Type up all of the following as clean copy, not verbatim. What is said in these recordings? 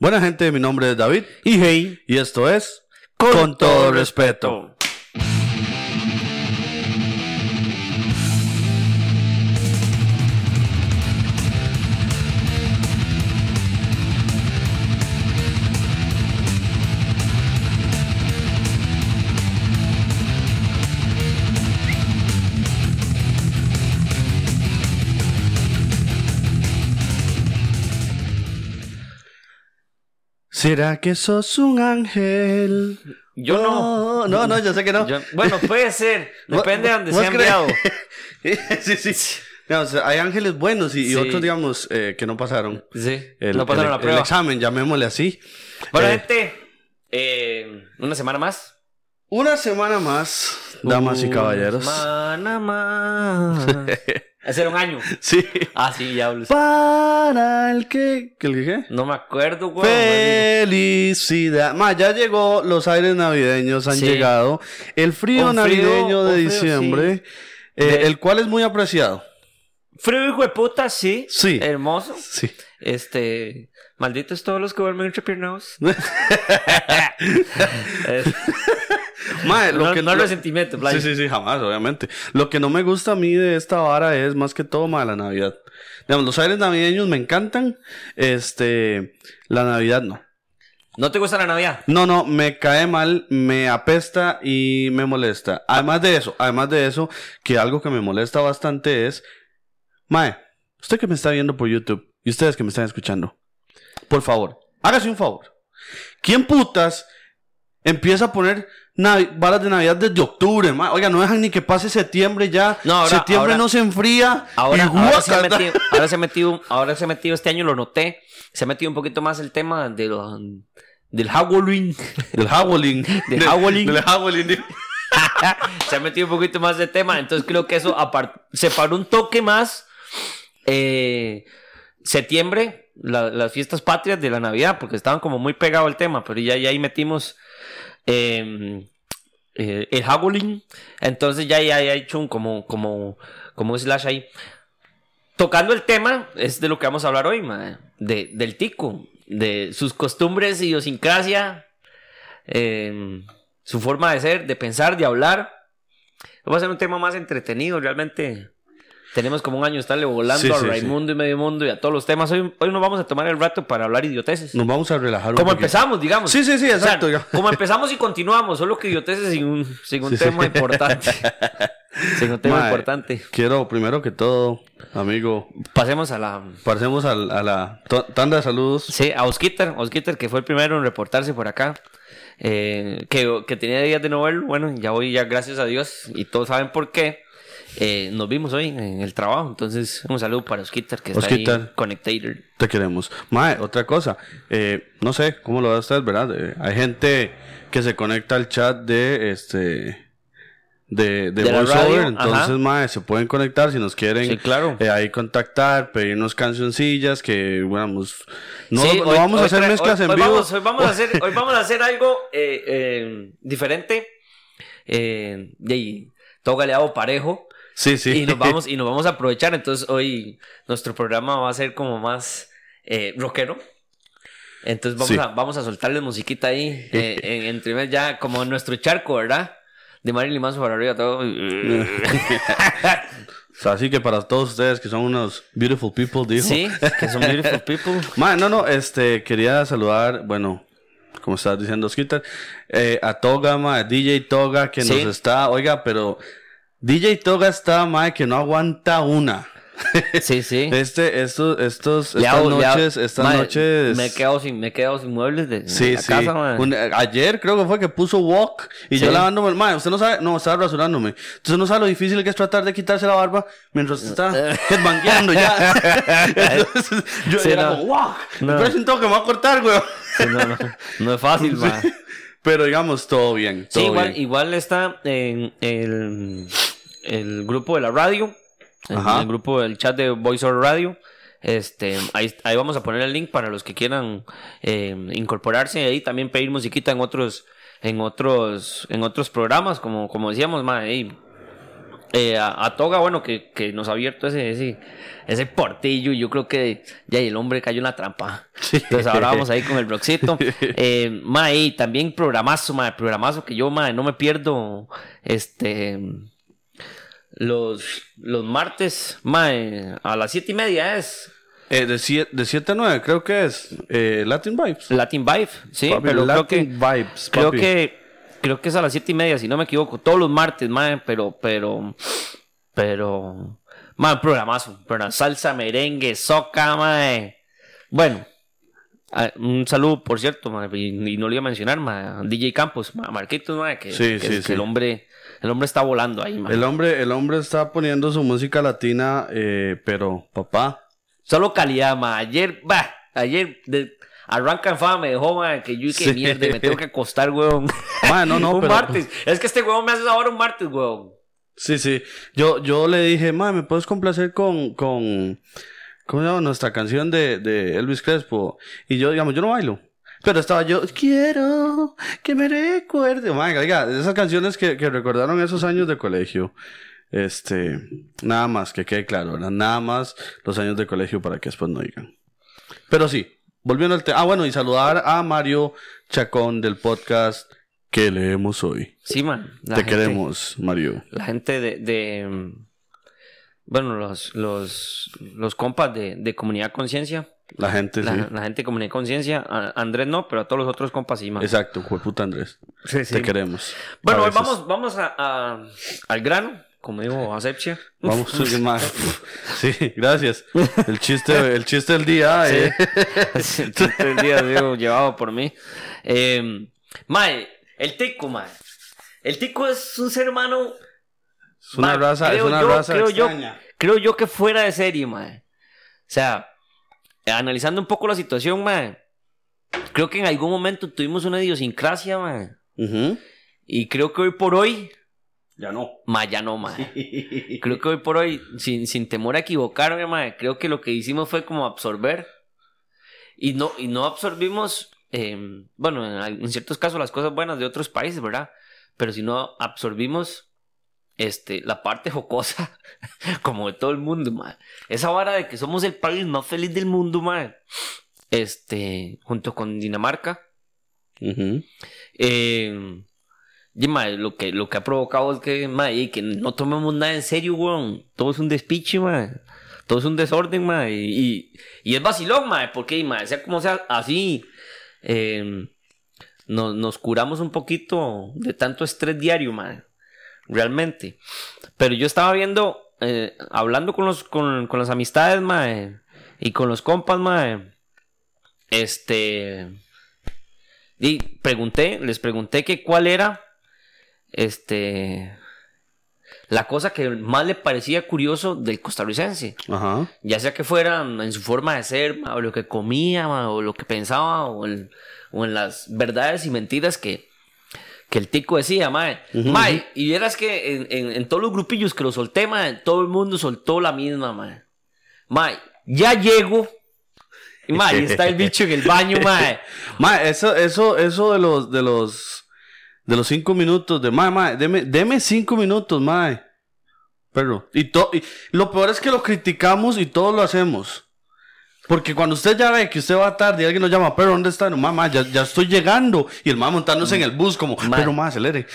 Buena gente, mi nombre es David Y hey, y esto es Con todo respeto. ¿Será que sos un ángel? yo no. No, yo sé que no. Bueno, puede ser. Depende de donde sea enviado. Sí. Digamos, hay ángeles buenos y Sí. otros, digamos, que no pasaron. Sí, no pasaron la El prueba. examen, llamémosle así. Bueno, gente, una semana más. Una semana más, damas y caballeros. Una semana más. Hace un año. Sí. Ah, sí, ya hablo. Para el que... ¿El que qué? No me acuerdo, güey. Felicidad. Ya llegó, los aires navideños han Sí. llegado. El frío Un frío, navideño de un frío, diciembre, sí. el cual es muy apreciado. Frío, hijo de puta, sí. Sí. Hermoso. Sí. Malditos todos los que duermen entrepiernados. Mae, lo que no es resentimiento, playa. Sí, jamás, obviamente. Lo que no me gusta a mí de esta vara es más que todo, mae, la Navidad. Digamos, los aires navideños me encantan. La Navidad no. ¿No te gusta la Navidad? No, me cae mal, me apesta y me molesta. Además de eso, que algo que me molesta bastante es, mae, usted que me está viendo por YouTube y ustedes que me están escuchando, por favor, hágase un favor. ¿Quién putas empieza a poner varas de Navidad desde octubre? Mae? Oiga, no dejan ni que pase septiembre ya. No, Septiembre no se enfría. Ahora se ha guácata. metido, este año lo noté, se ha metido un poquito más el tema del Halloween. Del Halloween. Del Halloween. Del Halloween. Se ha metido un poquito más de tema, entonces creo que eso separó un toque más septiembre, las fiestas patrias de la Navidad, porque estaban como muy pegado al tema, pero ya ahí metimos el Halloween, entonces ya he hecho un como un slash ahí. Tocando el tema, es de lo que vamos a hablar hoy, mae, del tico, de sus costumbres, idiosincrasia, su forma de ser, de pensar, de hablar. Vamos a hacer un tema más entretenido, realmente. Tenemos como un año de estarle volando a Raimundo y Medio Mundo y a todos los temas. Hoy nos vamos a tomar el rato para hablar idioteces. Nos vamos a relajar un Como poquito. empezamos, digamos. Sí, exacto. O sea, como empezamos y continuamos, solo que idioteces sin un tema importante. Sin un tema importante. Quiero, primero que todo, amigo, pasemos a la tanda de saludos. Sí, a Osquitar, que fue el primero en reportarse por acá. Que tenía días de no verlo. Bueno, ya gracias a Dios. Y todos saben por qué. Nos vimos hoy en el trabajo. Entonces, un saludo para Osquitar, que está ahí connected. Te queremos. Mae, otra cosa. No sé cómo lo ve usted, ¿verdad? Hay gente que se conecta al chat de VoiceOver. Entonces, mae, se pueden conectar si nos quieren. Sí, claro. Ahí contactar, pedirnos cancioncillas que, bueno, no vamos a hacer mezclas en vivo. Hoy vamos a hacer algo diferente. Todo galeado parejo. Sí. Y nos vamos a aprovechar. Entonces hoy nuestro programa va a ser como más rockero. Entonces vamos a soltarles musiquita ahí entre ya como en nuestro charco, ¿verdad? De Marilyn Manson para arriba todo. Así que para todos ustedes que son unos beautiful people, dijo. Sí, que son beautiful people. Quería saludar, bueno, como estabas diciendo, Osquitar, a Toga, DJ Toga, que nos está, oiga, pero DJ Toga está, que no aguanta una. Sí. Estas noches. Me he quedado sin muebles de la casa, ayer creo que fue que puso walk y yo lavándome. Usted no sabe, estaba rasurándome. Entonces no sabe lo difícil que es tratar de quitarse la barba mientras está headbangueando ya. Entonces, yo era como, wow, me parece un toque que me va a cortar, güey. Sí, no es fácil, man. Pero digamos, todo bien. Igual está en el grupo de la radio. En el grupo del chat de VoiceOver Radio. Ahí vamos a poner el link para los que quieran incorporarse y ahí también pedir musiquita en otros programas, como decíamos, A Toga, bueno, que nos ha abierto ese portillo. Y yo creo que ya el hombre cayó en la trampa. Entonces ahora vamos ahí con el blogcito. Y también programazo que yo, no me pierdo. Los martes, a las 7:30 es. De 7 a 9, creo que es Latin Vibes. Latin Vibe, sí, Papi, pero Latin Vibes, creo papi. que es a las 7:30, si no me equivoco, todos los martes, pero, programazo, pero salsa, merengue, soca, Bueno, un saludo, por cierto, y no lo iba a mencionar, DJ Campos, Marquitos, que el hombre está volando ahí, El hombre está poniendo su música latina, pero, papá. Solo calidad, ayer arranca en fama, me dejó, que yo que mierda, me tengo que acostar, weón. No, un pero... martes. Es que este weón me hace ahora un martes, weón. Sí. Yo le dije, ¿me puedes complacer con ¿cómo se llama? Nuestra canción de Elvis Crespo? Y yo, digamos, yo no bailo. Pero estaba yo, quiero que me recuerde. Oiga, esas canciones que recordaron esos años de colegio. Nada más, que quede claro, ¿verdad? Nada más los años de colegio para que después no digan. Pero sí, volviendo al tema. Bueno, y saludar a Mario Chacón del podcast que leemos hoy. Sí, man. Te queremos, Mario. La gente bueno, los compas de Comunidad Conciencia. La gente, sí. La gente de Comunidad Conciencia. A Andrés no, pero a todos los otros compas sí, man. Exacto, jueputa Andrés. Sí. Te queremos. Bueno, hoy vamos al grano. Como digo, asepsia. Vamos más. Sí, gracias. El chiste del día. Sí. El chiste del día, digo, llevado por mí. El tico, El tico es un ser humano. Es una raza extraña. Creo yo que fuera de serie, O sea, analizando un poco la situación, creo que en algún momento tuvimos una idiosincrasia, Uh-huh. Y creo que hoy por hoy. Ya no. Ya no, Creo que hoy por hoy, sin temor a equivocarme, creo que lo que hicimos fue como absorber. Y no absorbimos, bueno, en ciertos casos las cosas buenas de otros países, ¿verdad? Pero si no absorbimos la parte jocosa, como de todo el mundo, Esa vara de que somos el país más feliz del mundo, junto con Dinamarca. Uh-huh. Y lo que ha provocado es que no tomemos nada en serio, weón. Todo es un despiche, todo es un desorden, y es vacilón, porque, sea como sea, así nos curamos un poquito de tanto estrés diario, realmente. Pero yo estaba viendo, hablando con las amistades, y con los compas, y les pregunté que cuál era la cosa que más le parecía curioso del costarricense. Ajá. Ya sea que fuera en su forma de ser, o lo que comía, o lo que pensaba, o en las verdades y mentiras que el tico decía, Uh-huh. Y vieras que en todos los grupillos que lo solté, todo el mundo soltó la misma, ya llego. Y está el bicho en el baño, Eso de los 5 minutos deme 5 minutos, Pero, y lo peor es que lo criticamos y todos lo hacemos. Porque cuando usted ya ve que usted va tarde y alguien lo llama, pero ¿dónde está? No, ya estoy llegando. Y el montándose en el bus como, pero acelere.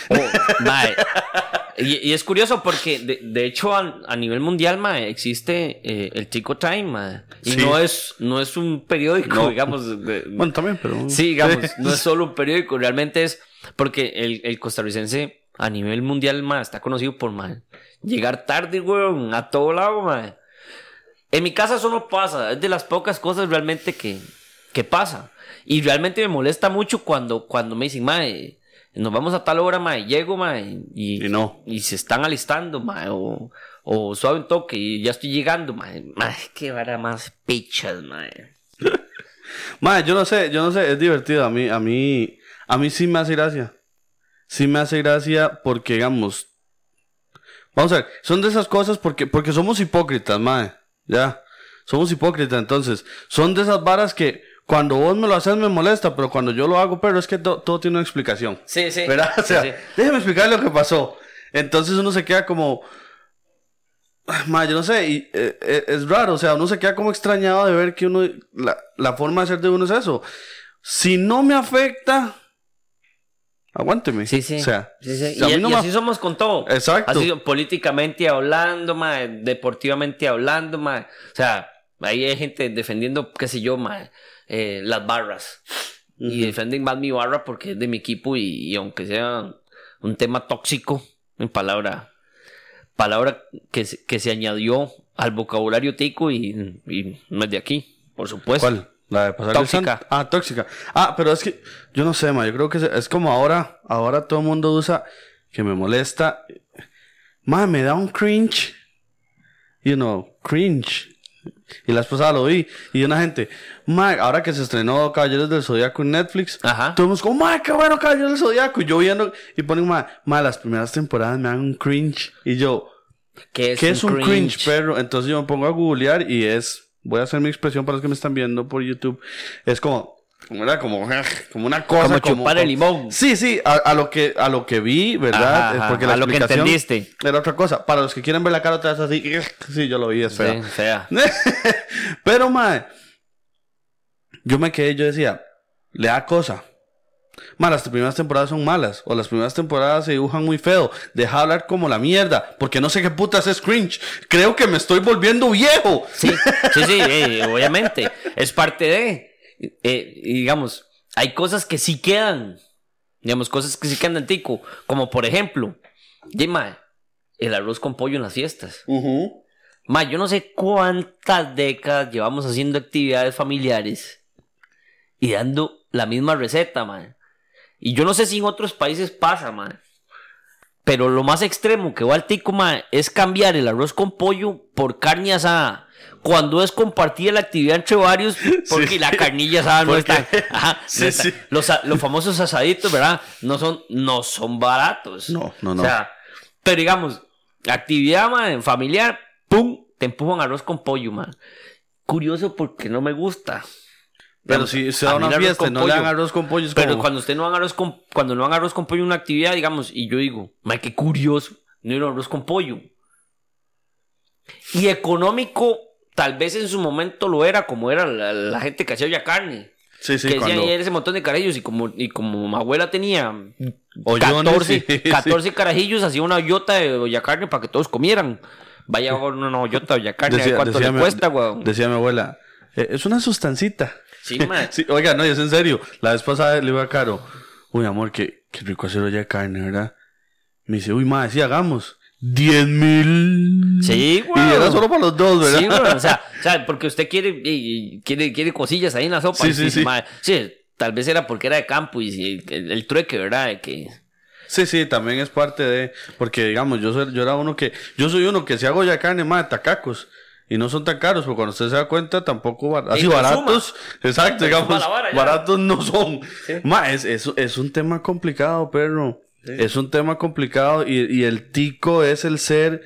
Y es curioso porque de hecho a nivel mundial, existe el Tico Time, y sí. no es un periódico, digamos. Bueno, también, pero... Sí, digamos, no es solo un periódico, realmente es porque el costarricense a nivel mundial, está conocido por, llegar tarde, weón, a todo lado, En mi casa eso no pasa, es de las pocas cosas realmente que pasa. Y realmente me molesta mucho cuando me dicen, nos vamos a tal hora, y llego, y no. Y se están alistando, o suave un toque, y ya estoy llegando, qué vara más pichas, Yo no sé, es divertido, a mí sí me hace gracia. Sí me hace gracia porque, digamos, vamos a ver, son de esas cosas porque somos hipócritas, ya, somos hipócritas, entonces, son de esas varas que cuando vos me lo haces me molesta, pero cuando yo lo hago, pero es que todo tiene una explicación. Sí. ¿Verdad? O sea, sí. Déjeme explicar lo que pasó. Entonces uno se queda como, Ma, yo no sé, y, es raro, o sea, uno se queda como extrañado de ver que uno, la forma de ser de uno es eso. Si no me afecta, aguánteme. Sí, sí. O sea, sí, sí. si a mí no y me así somos con todo. Exacto. Así políticamente hablando, ma, deportivamente hablando, ma. O sea, ahí hay gente defendiendo, qué sé yo, ma, las barras. Y defienden más mi barra porque es de mi equipo y aunque sea un tema tóxico, en palabra que se añadió al vocabulario tico y no es de aquí, por supuesto. ¿Cuál? La de pasar Tóxica. Tóxica. Pero es que, yo no sé, ma, yo creo que es como ahora todo el mundo usa, que me molesta. Ma, me da un cringe. Cringe. Y la esposa lo vi. Y una gente, ma, ahora que se estrenó Caballeros del Zodiaco en Netflix, Ajá. todos como, ma, qué bueno Caballeros del Zodiaco. Y yo viendo, y ponen, ma, las primeras temporadas me dan un cringe. Y yo, ¿qué es un cringe, perro? Entonces yo me pongo a googlear y voy a hacer mi expresión para los que me están viendo por YouTube. Es como una cosa. Como chupar el limón. Sí, a lo que vi, ¿verdad? Ajá, porque la a lo que explicación entendiste. era otra cosa. Para los que quieren ver la cara otra vez así, sí, yo lo vi, es fea. Sí, fea. Pero, mae, yo decía, le da cosa. Ma, las primeras temporadas son malas. O las primeras temporadas se dibujan muy feo. Deja de hablar como la mierda. Porque no sé qué putas es cringe. Creo que me estoy volviendo viejo. Sí, obviamente. Es parte de. Y digamos, hay cosas que sí quedan. Digamos, cosas que sí quedan en tico. Como por ejemplo, el arroz con pollo en las fiestas. Ma, yo no sé cuántas décadas llevamos haciendo actividades familiares y dando la misma receta, man. Y yo no sé si en otros países pasa, man. Pero lo más extremo que va al tico, man, es cambiar el arroz con pollo por carne asada. Cuando es compartida la actividad entre varios, porque sí, la carnilla asada no está. Ajá, sí, no está. Sí. Los famosos asaditos, ¿verdad? No son baratos. No. O sea, pero digamos, actividad, man, familiar, ¡pum! Te empujan arroz con pollo, man. Curioso porque no me gusta. Pero si se da una fiesta y no le dan arroz con pollo, es pero como... cuando no dan arroz con pollo en una actividad, digamos, y yo digo, man, qué curioso, no era arroz con pollo. Y económico, tal vez en su momento lo era, como era la gente que hacía ya carne. Sí, que decían cuando... ese montón de carajillos, y como mi abuela tenía 14 carajillos, hacía una hoyota de olla carne para que todos comieran. Vaya una hoyota de olla carne, ¿cuánto le cuesta, güey? Decía mi abuela, es una sustancita. Sí, man. Sí, oiga, no, es en serio. La vez pasada le iba a Caro, uy, amor, qué rico hacer olla de carne, ¿verdad? Me dice, uy, madre, sí, hagamos 10,000. Sí, güey. Y era solo para los dos, ¿verdad? Sí, güey. O sea, porque usted quiere cosillas ahí en la sopa. Sí. Madre, sí, tal vez era porque era de campo y el trueque, ¿verdad? De que... Sí, también es parte de... Porque, digamos, yo soy uno que si hago ya carne, madre, tacacos. Y no son tan caros, porque cuando usted se da cuenta, tampoco... Así baratos. Exacto, digamos, baratos no son. Sí. Ma, es un tema complicado, perro. Sí. Es un tema complicado y el tico es el ser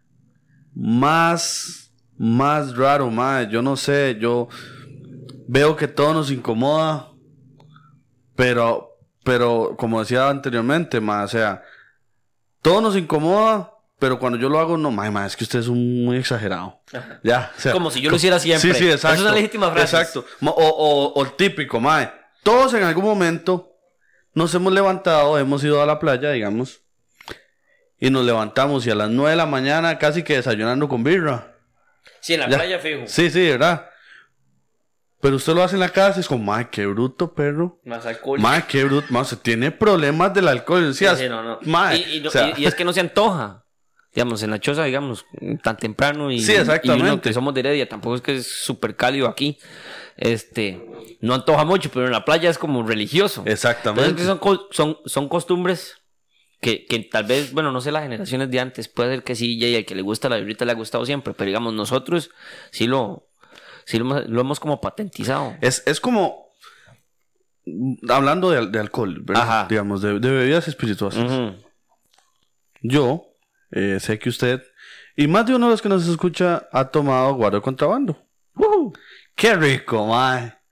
más raro, ma. Yo no sé, yo veo que todo nos incomoda, pero como decía anteriormente, ma, o sea, todo nos incomoda, pero cuando yo lo hago, no, ma, es que usted es muy exagerado. Ya, o sea, como si yo lo hiciera siempre. Sí, exacto. Esa es una legítima frase. Exacto. O el típico, ma, todos en algún momento nos hemos levantado, hemos ido a la playa, digamos, y nos levantamos y a las 9 de la mañana casi que desayunando con birra. Sí, en la playa, fijo. Sí, ¿verdad? Pero usted lo hace en la casa y es como, ma, qué bruto, perro. Más alcohol. Ma, qué bruto. Ma, se tiene problemas del alcohol. Sí, no. Ma, y es que no se antoja. Digamos, en la choza, digamos, tan temprano y... Sí, exactamente. Y uno que somos de Heredia, tampoco es que es súper cálido aquí. No antoja mucho, pero en la playa es como religioso. Exactamente. Entonces, son costumbres que tal vez, bueno, no sé las generaciones de antes, puede ser que sí, y al que le gusta la birrita le ha gustado siempre, pero digamos, nosotros sí lo hemos como patentizado. Es como, hablando de alcohol, ¿verdad? Ajá. Digamos, de bebidas espirituosas. Uh-huh. Yo sé que usted, y más de uno de los que nos escucha, ha tomado guaro de contrabando. ¡Qué rico, mae!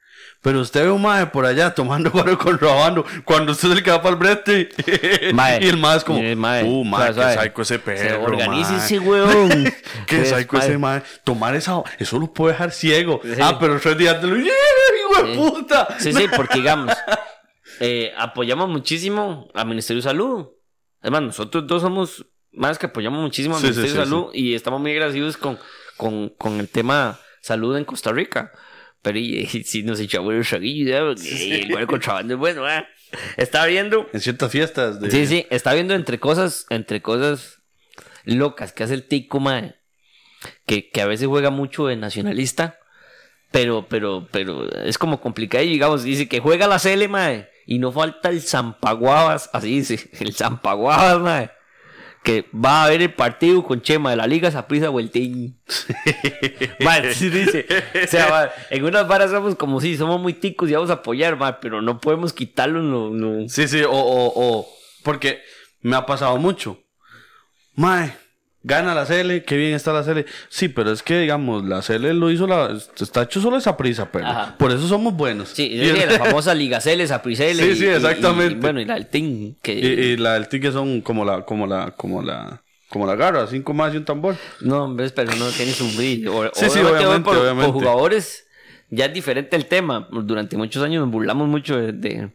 Pero usted ve un mae por allá tomando guaro con Rabano cuando usted es el que va para el brete. Mae, y el mae es como, mae, mae, suave, qué psycho ese perro, organícese, weón. Qué psycho ese mae. Tomar eso lo puede dejar ciego. Sí. Pero 3 días de lo... ¡Hijo de puta! Sí, porque digamos, apoyamos muchísimo al Ministerio de Salud. Además, nosotros dos somos más que apoyamos muchísimo al Ministerio de Salud y estamos muy agradecidos con el tema salud en Costa Rica. Pero si nos echamos el chaguillo, el contrabando es bueno, ¿eh? Está viendo. En ciertas fiestas. Sí, está viendo entre cosas locas que hace el tico, mae. Que a veces juega mucho de nacionalista. Pero es como complicado. Y digamos, dice que juega la Cele, mae. Y no falta el Zampaguabas, así dice, el Zampaguabas, mae. Que va a ver el partido con Chema de la Liga Saprissa Vueltín. Mae, sí dice. O sea, mae, en unas varas somos como si somos muy ticos y vamos a apoyar, mae, pero no podemos quitarlo, no. Sí, porque me ha pasado mucho. Mae, gana la Cele, qué bien está la Cele. Sí, pero es que, digamos, la Cele lo hizo está hecho solo esa prisa, pero Ajá. Por eso somos buenos. Sí, la famosa Liga Cele, Saprissa. Sí, exactamente. Y bueno, y la del Team. Y la del Team que son como la garra, 5 más y un tambor. No, hombre, pero no tiene su brillo. Sí, obviamente. Por jugadores, ya es diferente el tema. Durante muchos años nos burlamos mucho del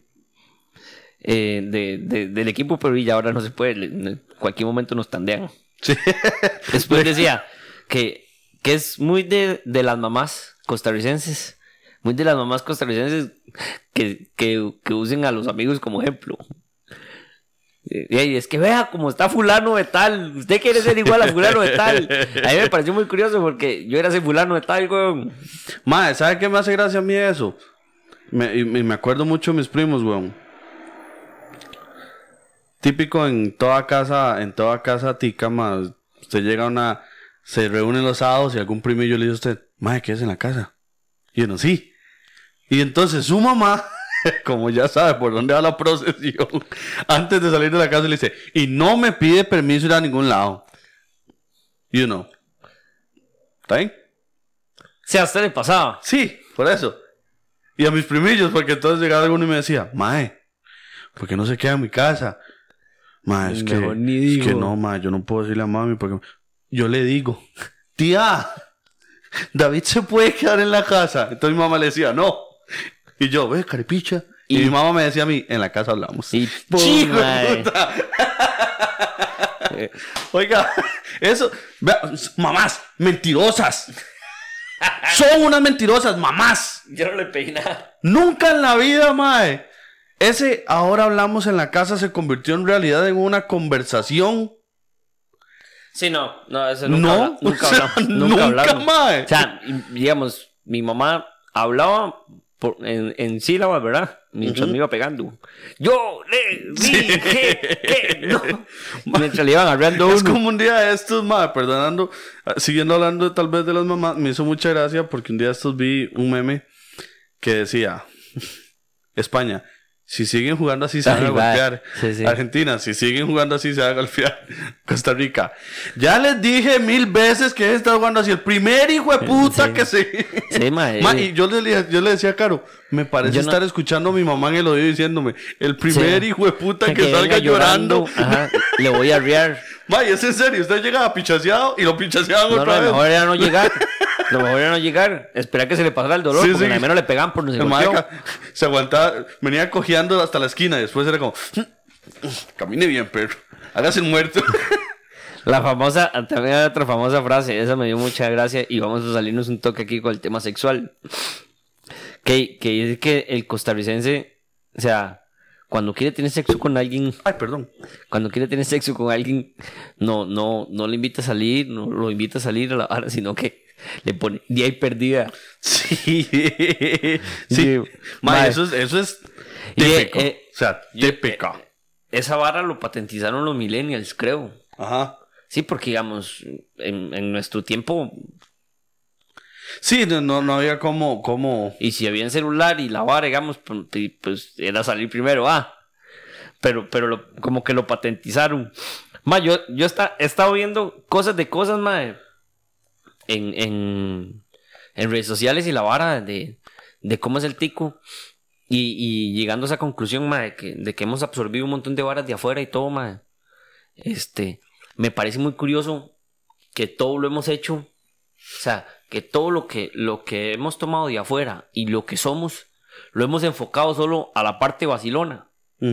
equipo, pero ya ahora no se puede. En cualquier momento nos tandean. Sí. Después decía que es muy de las mamás costarricenses. Muy de las mamás costarricenses que usen a los amigos como ejemplo. Y es que vea cómo está fulano de tal. Usted quiere ser igual a fulano de tal. A mí me pareció muy curioso porque yo era ese fulano de tal, weón. Mae, ¿sabe qué me hace gracia a mí eso? Me acuerdo mucho de mis primos, weón. Típico en toda casa tica, más usted llega se reúnen los sábados y algún primillo le dice a usted, mae, ¿qué es en la casa? Y uno, sí. Y entonces su mamá, como ya sabe por dónde va la procesión, antes de salir de la casa le dice, y no me pide permiso ir a ningún lado. Y uno, ¿está bien? Si a usted le pasaba. Sí, por eso. Y a mis primillos, porque entonces llegaba alguno y me decía, mae, ¿por qué no se queda en mi casa? Ma, es que no, ma, yo no puedo decirle a mami porque yo le digo, tía, David se puede quedar en la casa. Entonces mi mamá le decía, no. Y yo, ve, caripicha. Y mi mamá me decía a mí, en la casa hablamos. Y ¡chico de puta! Oiga, eso, vea, mamás, mentirosas. Son unas mentirosas, mamás. Yo no le pedí nada. Nunca en la vida, mae. Ese ahora hablamos en la casa se convirtió en realidad en una conversación. Sí, no, eso nunca hablamos. Nunca más. O sea, digamos, mi mamá hablaba en sílabas, ¿verdad? Mientras me iba pegando. Yo le dije que no. Mientras le iban agarrando Es como un día de estos, mae, perdonando, siguiendo hablando tal vez de las mamás, me hizo mucha gracia porque un día de estos vi un meme que decía, España, si siguen jugando así se van a golpear. Sí. Argentina, si siguen jugando así se van a golpear. Costa Rica, ya les dije 1000 veces que está jugando así. El primer hijo de puta que se... Sí, mae. Y yo le decía a Caro, me parece estar escuchando a mi mamá en el oído diciéndome, el primer hijo de puta que salga llorando. Ajá, le voy a arriar. Y es en serio, usted llegaba pichaseado y lo pichaseaban otra vez. Mejor era no llegar. Lo mejor era no llegar. Esperar que se le pasara el dolor. Porque al menos le pegaban por no se golpeó. Se aguantaba, venía cojeando hasta la esquina. Y después era como, camine bien, perro. Hágase el muerto. También hay otra famosa frase. Esa me dio mucha gracia. Y vamos a salirnos un toque aquí con el tema sexual. Que dice que el costarricense, o sea, cuando quiere tener sexo con alguien. Cuando quiere tener sexo con alguien, no le invita a salir, no lo invita a salir a la hora, sino que le pone día y perdida. Sí. Eso es típico. Típico. Esa vara lo patentizaron los millennials, creo. Ajá. Sí, porque digamos, en nuestro tiempo. Sí, no había como... Y si había un celular y la vara, digamos, pues era salir primero, Pero como que lo patentizaron. Yo he estado viendo cosas, en redes sociales y la vara de de cómo es el tico y llegando a esa conclusión, mae, de que hemos absorbido un montón de varas de afuera y todo, mae. Me parece muy curioso que todo lo hemos hecho, o sea, que todo lo que hemos tomado de afuera y lo que somos, lo hemos enfocado solo a la parte vacilona.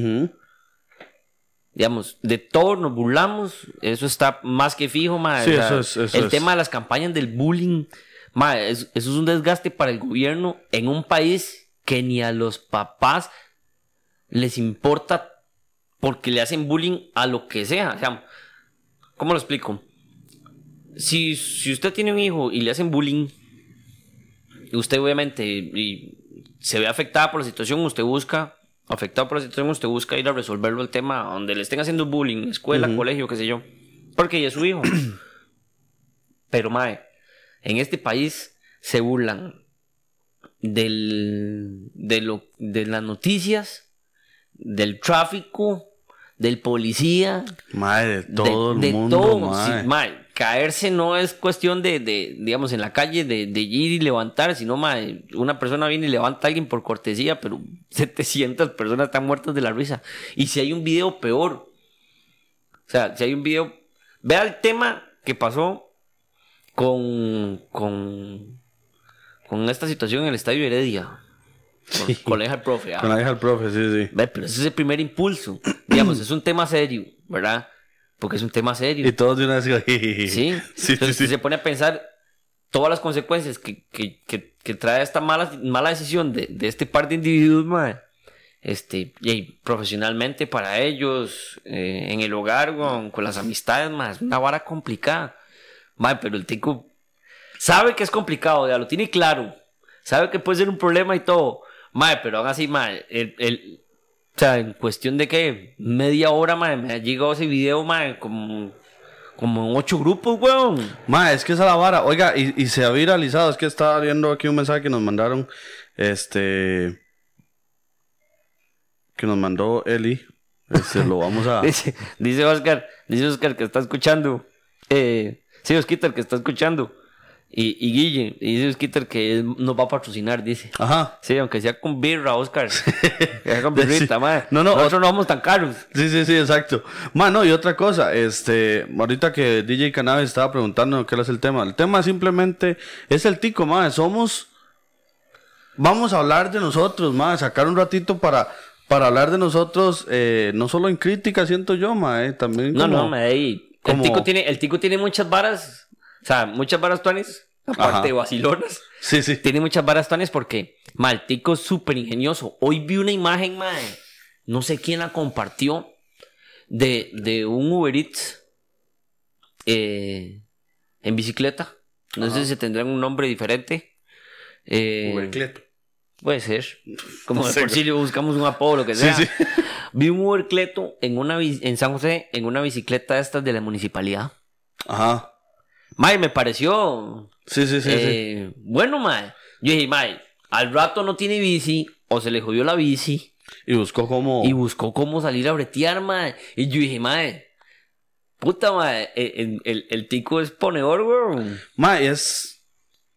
Digamos, de todo nos burlamos, eso está más que fijo, mae. Sí, O sea, eso el es. tema de las campañas del bullying, mae, eso es un desgaste para el gobierno en un país que ni a los papás les importa porque le hacen bullying a lo que sea. O sea, ¿cómo lo explico? Si usted tiene un hijo y le hacen bullying, y usted obviamente se ve afectada por la situación, usted busca ir a resolverlo el tema donde le estén haciendo bullying, escuela, colegio, qué sé yo, porque ya es su hijo. Pero, mae, en este país se burlan de las noticias, del tráfico, del policía, Mae, de todo el de mundo, todo. mae. Sí, mae, caerse no es cuestión de digamos, en la calle de ir y levantar, sino, mae, una persona viene y levanta a alguien por cortesía, pero 700 personas están muertas de la risa. Y si hay un video peor, o sea, si hay un video, vea el tema que pasó con esta situación en el Estadio Heredia. Con la hija del profe. Con la hija del profe, sí. Ve, pero ese es el primer impulso. Digamos, es un tema serio, ¿verdad? Porque es un tema serio. Y todos de una vez. Sí. Entonces se pone a pensar todas las consecuencias que trae esta mala decisión de este par de individuos, mae. Y profesionalmente para ellos, en el hogar, con las amistades, mae, es una vara complicada. Mae, pero el tico sabe que es complicado, ya lo tiene claro. Sabe que puede ser un problema y todo. Mae, pero aún así, mae, o sea, en cuestión de que media hora, mae, me ha llegado ese video, mae, como en 8 grupos, weón. Mae, es que esa es la vara. Oiga, y se ha viralizado. Es que estaba viendo aquí un mensaje que nos mandaron. Que nos mandó Eli. Lo vamos a. Dice Oscar que está escuchando. Sí, Osquitar, que está escuchando. Y Guille, y dice Osquitar que él nos va a patrocinar, dice. Ajá. Sí, aunque sea con birra, Oscar. Que sea con birrita, mae. No, nosotros no vamos tan caros. Sí, exacto. Mano, y otra cosa, ahorita que DJ Cannabis estaba preguntando qué es el tema. El tema simplemente es el tico, mae. Vamos a hablar de nosotros, mae. Sacar un ratito para hablar de nosotros, no solo en crítica, siento yo, mae. También como... No, mae. El tico tiene muchas varas, o sea, muchas varas tuanes, aparte de vacilonas. Sí. Tiene muchas varas tuanes porque, mae, el tico es súper ingenioso. Hoy vi una imagen, mae, no sé quién la compartió, de un Uber Eats en bicicleta. No sé si tendrán un nombre diferente. Ubercleto. Puede ser. Como No de sé, por si buscamos un apodo, lo que sea. Sí. Vi un Ubercleto en San José en una bicicleta de estas de la municipalidad. Ajá. Mae, me pareció... Sí. Bueno, mae. Yo dije, mae, al rato no tiene bici o se le jodió la bici. Y buscó cómo salir a bretear, mae. Y yo dije, mae, puta, mae, el tico es ponedor, weón. Mae, es...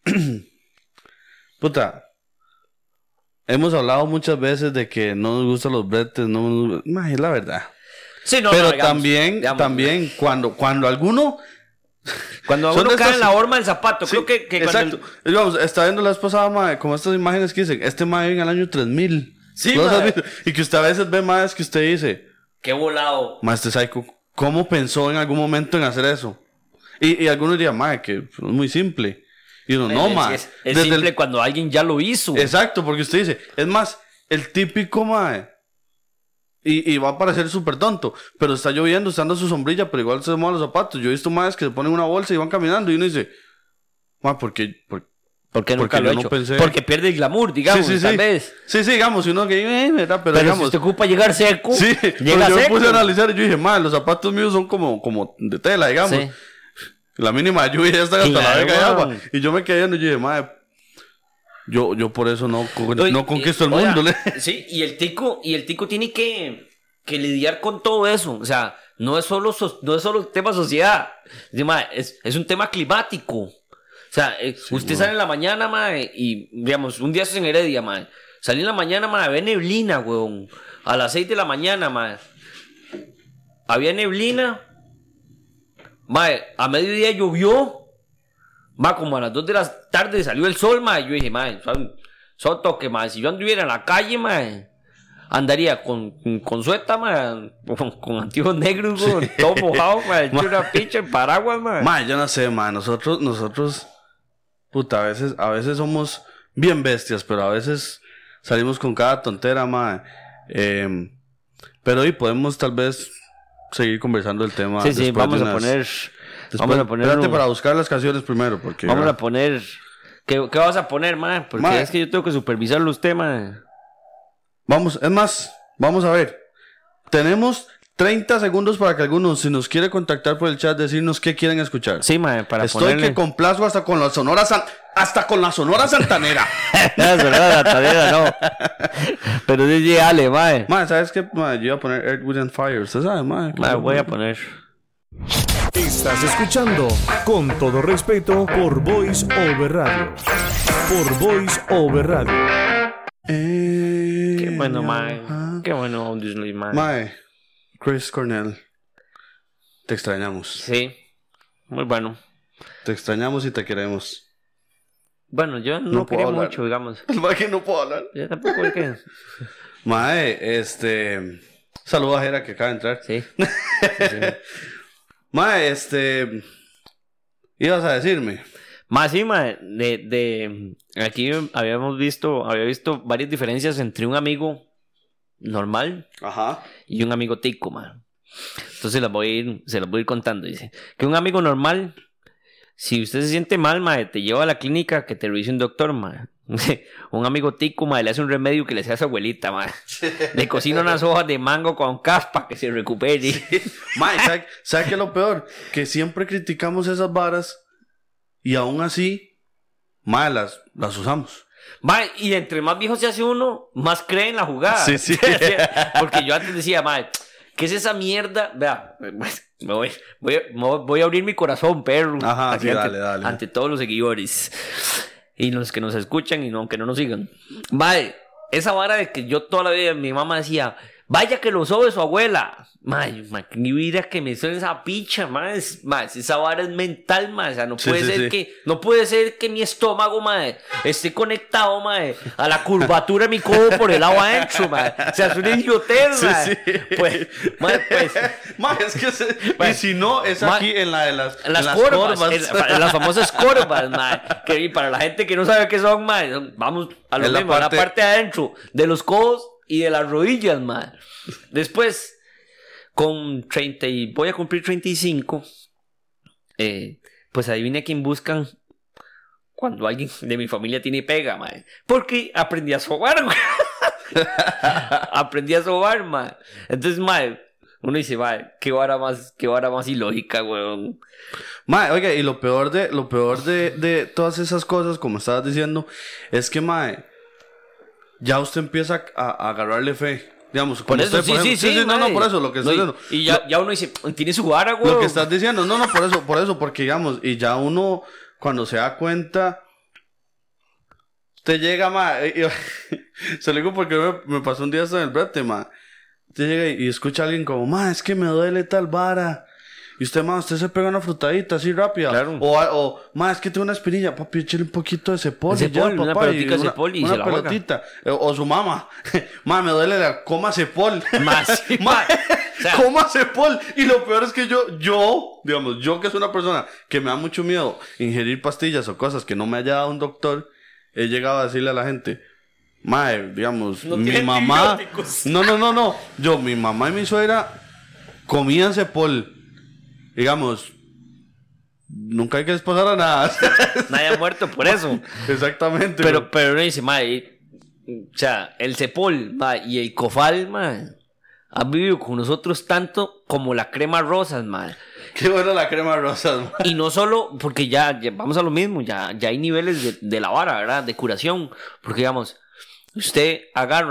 Puta... Hemos hablado muchas veces de que no nos gustan los bretes, mae, es la verdad. Sí, no, pero no, digamos, también cuando alguno... Cuando uno cae en la horma del zapato, sí, creo que exacto. Digamos, estaba viendo la vez pasada, mae, como estas imágenes que dicen, mae vive en el año 3000. Sí, mae. Y que usted a veces ve más que usted dice... Qué volado. Mae, psycho, ¿cómo pensó en algún momento en hacer eso? Y algunos dirían, mae, que es muy simple. Y uno, no, mae. Es simple cuando alguien ya lo hizo. Exacto, porque usted dice, es más, el típico, mae. Y va a parecer súper tonto, pero está lloviendo, está dando su sombrilla, pero igual se mojan los zapatos. Yo he visto más que se ponen una bolsa y van caminando y uno dice, mae, ¿por qué nunca lo he hecho? Porque pierde el glamour, digamos, tal vez. Sí, digamos, uno que, ¿verdad? Pero digamos, si usted ocupa llegar seco, sí, llega yo seco. me puse a analizar y yo dije, mae, los zapatos míos son como de tela, digamos. Sí. La mínima lluvia ya está hasta la verga de agua. Y yo me quedé viendo y yo dije, mae, yo por eso no conquisto el mundo. Sí, y el tico tiene que lidiar con todo eso. O sea, no es solo tema sociedad. Es un tema climático. O sea, usted sale en la mañana, mae, y, digamos, un día en Heredia, mae. Salí en la mañana, mae, había neblina, weón. A las 6 de la mañana, mae. Había neblina. Mae, a mediodía llovió. Mae, como a las 2 de la tarde salió el sol, mae. Yo dije, mae, son toque, mae. Si yo anduviera en la calle, mae, andaría con sueta, mae, con antiguos negros, weón, todo mojado, mae, hecho una pinche paraguas, mae. Mae, yo no sé, mae. Nosotros, puta, a veces somos bien bestias, pero a veces salimos con cada tontera, mae. Pero hoy podemos tal vez seguir conversando el tema. Sí, vamos a poner. Espérate para buscar las canciones primero, porque. Vamos a poner. ¿Qué vas a poner, mae? Porque mae, es que yo tengo que supervisarlo usted, mae. Vamos a ver. Tenemos 30 segundos para que algunos, si nos quiere contactar por el chat, decirnos qué quieren escuchar. Sí, mae, para Estoy ponerle... que complazco hasta con la Sonora Santanera. La Sonora Santanera, no. Pero sí, dale, mae. Mae, ¿sabes qué? Mae, yo iba a poner Earth, Wind and Fire. ¿Usted sabe, mae? Mae, voy a poner... Estás escuchando, con todo respeto, por Voice Over Radio. Por Voice Over Radio. Qué bueno, mae. Qué bueno, obviously, mae. Mae, Chris Cornell, te extrañamos. Sí, muy bueno. Te extrañamos y te queremos. Bueno, yo no puedo quería hablar. mucho, digamos. El mae que no puedo hablar. Yo tampoco es que... Mae, saluda a Jera que acaba de entrar. Sí. Mae, ibas a decirme. Más sí, mae, aquí había visto varias diferencias entre un amigo normal Ajá. y un amigo tico, mae. Entonces se las voy a ir contando. Dice que un amigo normal, si usted se siente mal, mae, te lleva a la clínica que te revise un doctor, mae. Un amigo tico, mae, le hace un remedio que le sea a su abuelita, mae. Le cocina unas hojas de mango con caspa que se recupere. Mae, ¿sabe qué es lo peor? Que siempre criticamos esas varas y aún así, mae, las usamos. Mae, y entre más viejo se hace uno, más cree en la jugada. Sí. Porque yo antes decía, mae, ¿qué es esa mierda? Vea, voy a abrir mi corazón, perro. Ajá, aquí sí, ante, dale. ante todos los seguidores. Y los que nos escuchan y aunque no nos sigan. Mae, esa vara de que yo toda la vida mi mamá decía, vaya que lo sobe su abuela. Mae, ni vida que me suene esa picha, mae, esa vara es mental, mae. O sea, no puede ser que mi estómago, mae, esté conectado, mae, a la curvatura de mi codo por el lado adentro, mae. O sea, es una idiotez, mae. Sí. Pues, mae, Mae, es que y si no, es mae, aquí en las curvas, curvas. en las famosas curvas, mae. Que para la gente que no sabe qué son, mae, vamos a lo mismo, a la parte de adentro de los codos y de las rodillas, mae. Después, con 30 y voy a cumplir 35, pues adivine quién buscan cuando alguien de mi familia tiene pega, mae. Porque aprendí a sobar, güey. Aprendí a sobar, mae. Entonces, mae, uno dice, mae, qué vara más ilógica, weón. Mae, oiga, y lo peor de todas esas cosas, como estabas diciendo, es que, mae, ya usted empieza a agarrarle fe. Digamos, Por eso, usted, sí, no, por eso, lo que estoy diciendo. Y ya uno dice, tiene su vara, güey. Lo que estás diciendo, no, por eso, porque digamos, y ya uno, cuando se da cuenta, te llega, ma, se lo digo porque me pasó un día hasta en el brete, ma. Te llega y escucha a alguien como, ma, es que me duele tal vara. Y usted se pega una frutadita así rápida. Claro. O ma, es que tengo una espinilla, papi, échale un poquito de cepol. Una pelotita de cepol y una se la pelotita. O su mamá, ma, me duele coma cepol. Más, Ma, o sea, coma cepol. Y lo peor es que yo que soy una persona que me da mucho miedo ingerir pastillas o cosas que no me haya dado un doctor, he llegado a decirle a la gente, mae, digamos, no mi tiene mamá... antibióticos. No. Mi mamá y mi suegra comían cepol. Digamos, nunca hay que les pasara nada. nadie ha muerto por eso. Exactamente. Pero uno dice, mae, o sea, el cepol, mae, y el cofal, mae, han vivido con nosotros tanto como la crema rosas, mae. Qué buena la crema rosa, man. Y no solo, porque ya vamos a lo mismo, ya hay niveles de la vara, ¿verdad? De curación. Porque, digamos, usted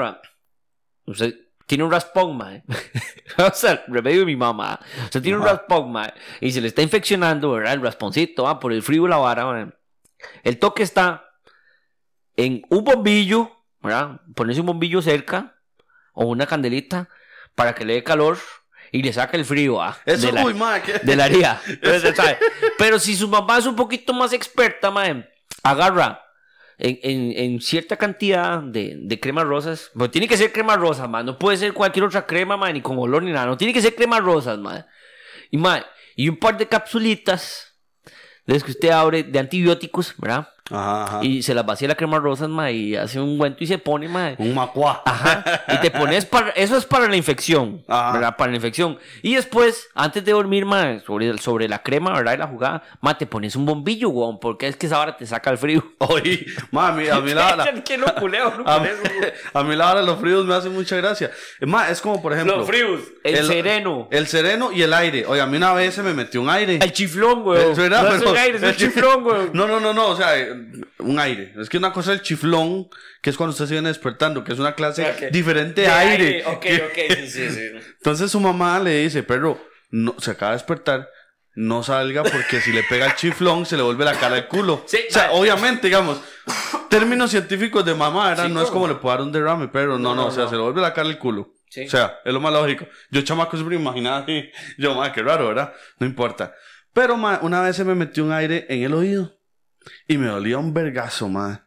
tiene un raspón, mae. O sea, remedio de mi mamá. Usted tiene un raspón, mae. Y se le está infeccionando, ¿verdad? El rasponcito, por el frío y la vara, mae. El toque está en un bombillo, ¿verdad? Ponerse un bombillo cerca o una candelita para que le dé calor y le saque el frío Eso es muy mal. de la haría. Pero si su mamá es un poquito más experta, mae, agarra en cierta cantidad de cremas rosas. Pero tiene que ser crema rosa, mae. No puede ser cualquier otra crema, mae, ni con olor ni nada. No tiene que ser cremas rosas, mae. Y un par de capsulitas desde que usted abre de antibióticos, ¿verdad? Ajá. Y se las vacía la crema rosas, mae, y hace un ungüento y se pone, mae. Un macuá. Ajá. Y te pones eso es para la infección, Ajá. ¿verdad? Para la infección. Y después, antes de dormir, mae, sobre la crema, ¿verdad? Y la jugada, mae, te pones un bombillo, weón, porque es que esa hora te saca el frío. Oye, mami, a mí la ¿Qué lo culeo? a mí la hora de los fríos me hace mucha gracia. Es como, por ejemplo... Los fríos. El sereno. El sereno y el aire. Oye, a mí una vez se me metió un aire. El chiflón, weón. ¿Verdad? No es un aire, es un chiflón, weón. No, o sea, un aire. Es que una cosa es el chiflón, que es cuando usted se viene despertando, que es una clase diferente de aire. Ok, sí. Entonces su mamá le dice, perro, no, se acaba de despertar, no salga porque si le pega el chiflón se le vuelve la cara al culo. Sí, o sea, obviamente, digamos, términos científicos de mamá, ¿verdad? Sí, no es como le puede dar un derrame, pero no, o sea, se le vuelve la cara al culo. Sí. O sea, es lo más lógico. Yo, chamaco, siempre imaginaba así. Yo, madre, qué raro, ¿verdad? No importa. Pero, madre, una vez se me metió un aire en el oído y me dolía un vergazo, madre.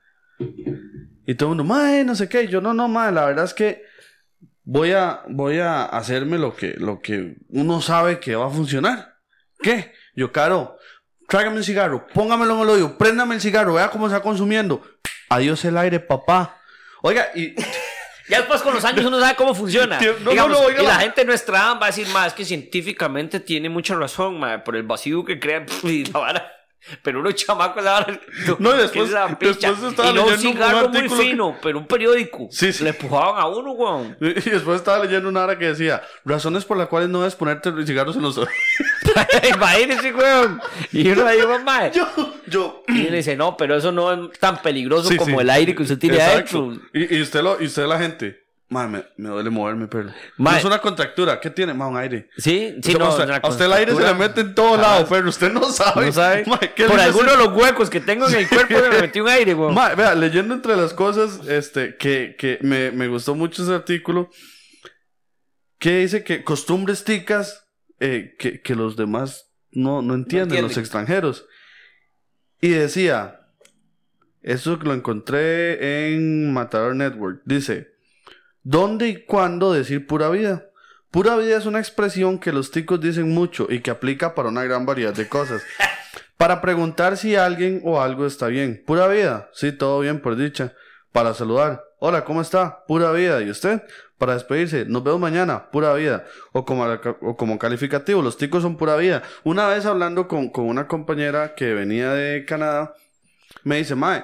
Y todo el mundo, madre, no sé qué. Yo, no, madre, la verdad es que voy a hacerme lo que uno sabe que va a funcionar. ¿Qué? Yo, Caro, tráigame un cigarro, póngamelo en el oído, préndame el cigarro, vea cómo se está consumiendo. Adiós el aire, papá. Oiga, y... Ya después con los años uno sabe cómo funciona. Tío, y la gente nuestra va a decir, más que científicamente tiene mucha razón, ma, por el vacío que crea y la vara. Pero unos chamacos la vara. No, y después estaba y no un leyendo cigarro un muy artículo fino, pero un periódico. Sí. Le empujaban a uno, weón. Y después estaba leyendo una hora que decía, razones por las cuales no debes ponerte cigarros en los oídos. Imagínese, weón. Y uno le dijo, mae. Yo. Y él dice, no, pero eso no es tan peligroso como el aire que usted tiene adentro. Y usted la gente. Madre, me duele moverme, pero... Mae. No es una contractura. ¿Qué tiene? Un aire. Sí, O sea, no. a usted el aire se le mete en todos lados, pero usted no sabe. No sabe. Mae, ¿qué por le alguno de los huecos que tengo en el cuerpo me metí un aire, weón. Mae, vea, leyendo entre las cosas, que me gustó mucho ese artículo, que dice que costumbres ticas que los demás no entienden, los extranjeros. Y decía, eso lo encontré en Matador Network, dice... ¿Dónde y cuándo decir pura vida? Pura vida es una expresión que los ticos dicen mucho y que aplica para una gran variedad de cosas. Para preguntar si alguien o algo está bien. Pura vida. Sí, todo bien, por dicha. Para saludar. Hola, ¿cómo está? Pura vida. ¿Y usted? Para despedirse. Nos vemos mañana. Pura vida. O como calificativo. Los ticos son pura vida. Una vez hablando con una compañera que venía de Canadá, me dice, mae,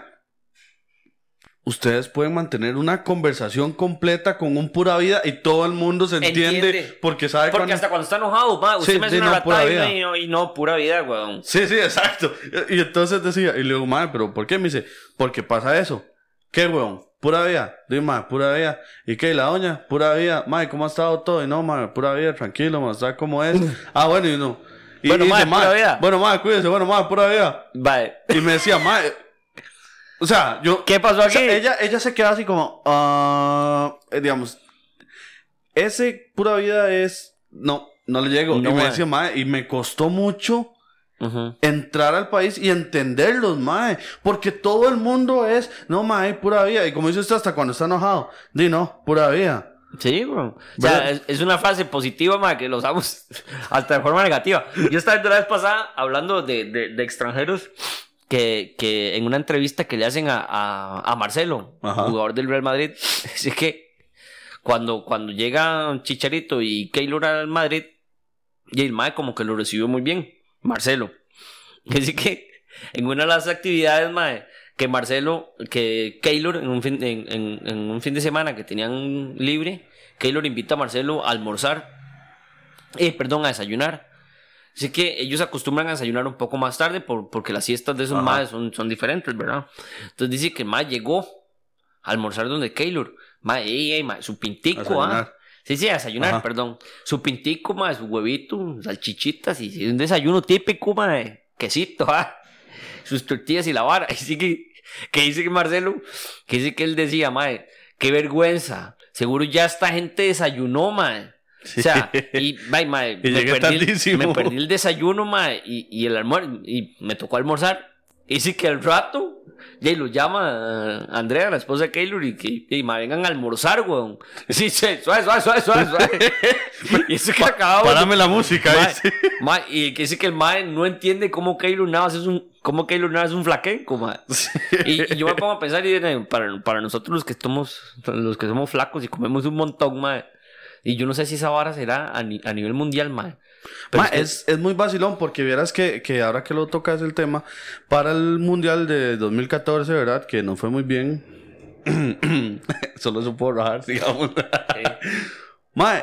ustedes pueden mantener una conversación completa con un pura vida y todo el mundo se entiende porque sabe porque hasta cuando está enojado, ma, usted me hace una ratalla y no, pura vida, weón. Sí, exacto. Y entonces decía, y le digo, madre, ¿pero por qué? Me dice, porque pasa eso. ¿Qué, weón? Pura vida. Digo, madre, pura vida. ¿Y qué? ¿Y la doña? Pura vida. Madre, ¿cómo ha estado todo? Y no, madre, pura vida, tranquilo, madre, ¿sabe cómo es? Bueno, y no. Y bueno, madre, pura vida. Bueno, madre, cuídese. Bueno, madre, pura vida. Vale. Y me decía, madre... O sea, ¿qué pasó aquí? O sea, ella se queda así como... digamos... Ese pura vida es... No le llego. No, y me decía, mae, y me costó mucho... entrar al país y entenderlos, mae. Porque todo el mundo es... No, mae, pura vida. Y como dice usted, hasta cuando está enojado. Di, no, pura vida. Sí, bro. O sea, es una frase positiva, mae, que lo usamos hasta de forma negativa. Yo estaba la vez pasada hablando de extranjeros... Que en una entrevista que le hacen a Marcelo, jugador del Real Madrid, dice que cuando llega Chicharito y Keylor al Madrid, y el mae como que lo recibió muy bien, Marcelo. Dice que en una de las actividades, mae, que Keylor en un fin de semana que tenían libre, Keylor invita a Marcelo a almorzar, a desayunar. Así que ellos acostumbran a desayunar un poco más tarde porque las siestas de esos maes son diferentes, ¿verdad? Entonces dice que el mae llegó a almorzar donde Keylor. Mae, su pintico, Sí, a desayunar, perdón. Su pintico, mae, su huevito, salchichitas y un desayuno típico, mae, quesito, sus tortillas y la vara. Así que dice que Marcelo, que dice que él decía, mae, qué vergüenza. Seguro ya esta gente desayunó, mae. O sea, y mae, Y me perdí el desayuno, mae, y el almuerzo, y me tocó almorzar. Y dice que al rato, ya lo llama Andrea, la esposa de Keylor, y que mae, vengan a almorzar, weón. Sí, suave. Y eso que acababa. Parame la música, mae, y que dice que el mae no entiende cómo Keylor Navas es un flaquenco, mae. Sí. Y yo me pongo a pensar, y para nosotros los que somos flacos y comemos un montón, mae. Y yo no sé si esa vara será a nivel mundial, mae. Es muy vacilón porque vieras que ahora que lo tocas el tema, para el Mundial de 2014, ¿verdad? Que no fue muy bien. Solo se pudo rajar, digamos. Mae,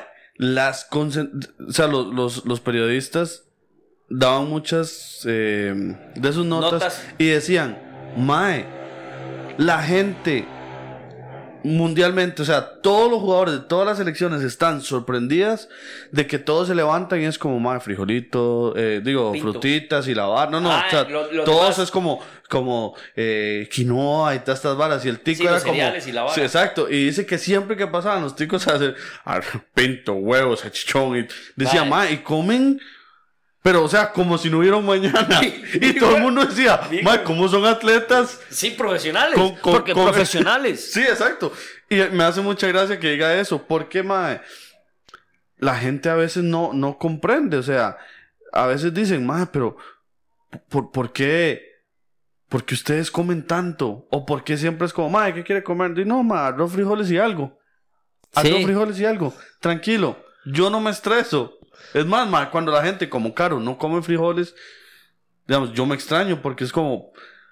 o sea, los periodistas daban muchas de sus notas y decían, mae, la gente mundialmente, o sea, todos los jugadores de todas las selecciones están sorprendidas de que todos se levantan y es como, mae, frijolito, Pinto. Frutitas y la vara. No, o sea, todos es como quinoa y todas estas varas. Y el tico era como... Y la vara. Sí, exacto. Y dice que siempre que pasaban los ticos a hacer pinto, huevos, salchichón, y decía, mae, y comen... Pero, o sea, como si no hubiera un mañana. Y todo el mundo decía, mae, ¿cómo son atletas? Sí, profesionales. Porque profesionales. Sí, exacto. Y me hace mucha gracia que diga eso. Porque, mae, la gente a veces no comprende. O sea, a veces dicen, mae, pero ¿por qué? ¿Por qué ustedes comen tanto? ¿O por qué siempre es como, mae, ¿qué quiere comer? Y no, mae, arroz, frijoles y algo. Arroz, frijoles y algo. Tranquilo, yo no me estreso. Es más, ma, cuando la gente como Caro no come frijoles, digamos, yo me extraño porque es como...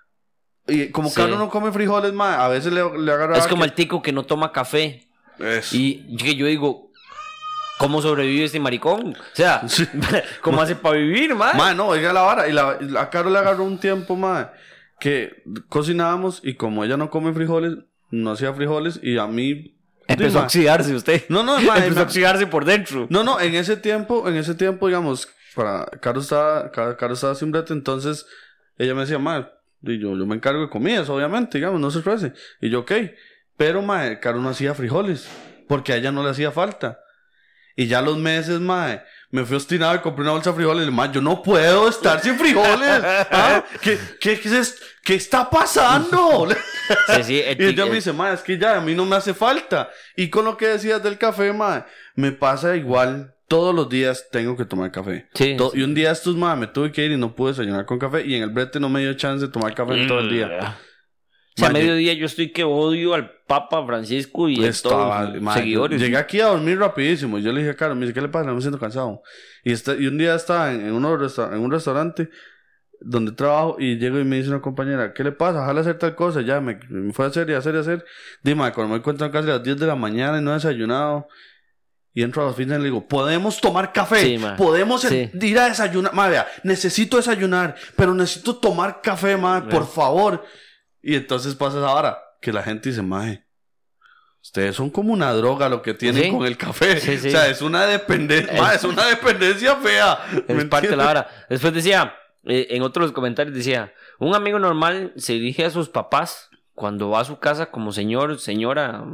Y como Caro no come frijoles, ma, a veces le agarra... Es como el tico que no toma café. Eso. Y yo digo, ¿cómo sobrevive este maricón? O sea, ¿cómo hace para vivir, ma? Ma, no, oiga la vara. Y a Caro le agarró un tiempo, ma, que cocinábamos y como ella no come frijoles, no hacía frijoles y a mí... Empezó a oxidarse usted. No, empezó a oxidarse por dentro. No, en ese tiempo, digamos, Caro estaba sin brete, entonces ella me decía, ma, y yo me encargo de comidas, obviamente, digamos, no se estrese. Y yo, ok. Pero, ma, Caro no hacía frijoles, porque a ella no le hacía falta. Y ya los meses, ma, me fui obstinado y compré una bolsa de frijoles. Y le dije, ma, yo no puedo estar sin frijoles. ¿Ah? ¿Qué está pasando? Sí, y ella me dice, ma, es que ya a mí no me hace falta. Y con lo que decías del café, ma, me pasa igual. Todos los días tengo que tomar café. Sí. Y un día estos, ma, me tuve que ir y no pude desayunar con café. Y en el brete no me dio chance de tomar café en todo el día. O sea, a mediodía yo estoy que odio al Papa Francisco y a todos los seguidores. Llegué aquí a dormir rapidísimo. Y yo le dije a Carlos, me dice, ¿qué le pasa? Me siento cansado. Y un día estaba en un restaurante donde trabajo y llego y me dice una compañera, ¿qué le pasa? Ojalá hacer tal cosa. Ya me fue a hacer. Dime, cuando me encuentro casi a las 10 de la mañana y no he desayunado. Y entro a la oficina y le digo, ¿podemos tomar café? Sí, ¿Podemos ir a desayunar? Ma, vea, necesito desayunar, pero necesito tomar café, ma, por favor. Y entonces pasa esa hora que la gente dice, mae, ustedes son como una droga lo que tienen con el café. Sí. O sea, es una dependencia, es una dependencia fea. Es parte de la hora. Después decía, en otros comentarios decía, un amigo normal se dirige a sus papás cuando va a su casa como señora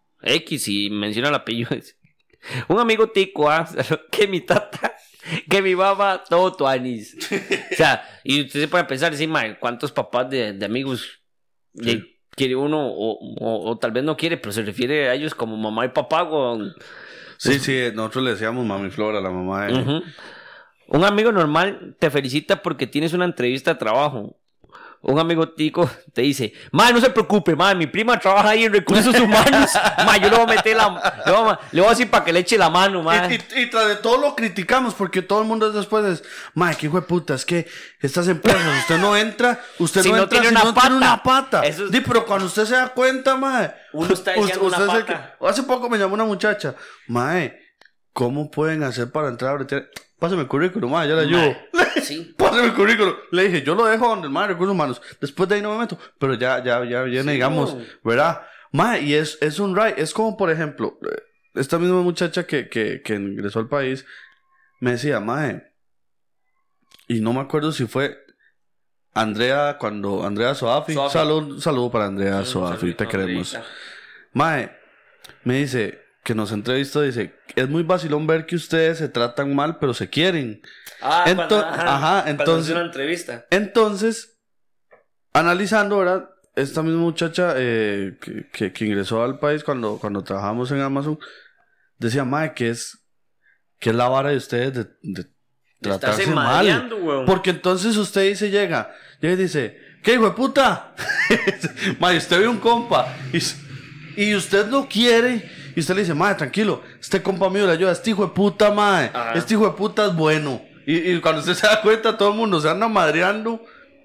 X y menciona el apellido. Un amigo tico, que mi tata, que mi mamá, todo tuanis. O sea, y usted se puede pensar, decir, mae, ¿cuántos papás de amigos quiere uno o tal vez no quiere, pero se refiere a ellos como mamá y papá, güey? Sí, nosotros le decíamos mami Flora a la mamá de ella. Un amigo normal te felicita porque tienes una entrevista de trabajo. Un amigo tico te dice, ma, no se preocupe, ma, mi prima trabaja ahí en recursos humanos, ma, yo le voy a meter le voy a decir para que le eche la mano, ma. Y tras de todo lo criticamos porque todo el mundo después es, ma, qué hijo de puta, es que estas empresas, usted no entra si no tiene una pata. Pero cuando usted se da cuenta, ma, uno está diciendo una pata. Hace poco me llamó una muchacha, ma, ¿cómo pueden hacer para entrar a bretear? Pásame el currículum, ma, yo le ayudo. Sí. Pásame el currículum. Le dije, yo lo dejo donde el ma de recursos humanos. Después de ahí no me meto. Pero ya viene, digamos, ¿verdad? Ma, y es un right. Es como, por ejemplo, esta misma muchacha que ingresó al país me decía, ma, y no me acuerdo si fue Andrea Soafi. Saludo para Andrea Soafi, te queremos. Mae, me dice que nos entrevistó, dice, es muy vacilón ver que ustedes se tratan mal, pero se quieren. Entonces una entrevista. Entonces, analizando, ¿verdad? Esta misma muchacha que ingresó al país cuando trabajamos en Amazon, decía, mae, que es la vara de ustedes de tratarse mal. Weón. Porque entonces usted llega y dice, ¿qué hijo de puta? Mae, usted ve un compa y usted lo quiere y usted le dice, mae, tranquilo, este compa mío le ayuda, este hijo de puta, mae, este hijo de puta es bueno. Y cuando usted se da cuenta, todo el mundo se anda madreando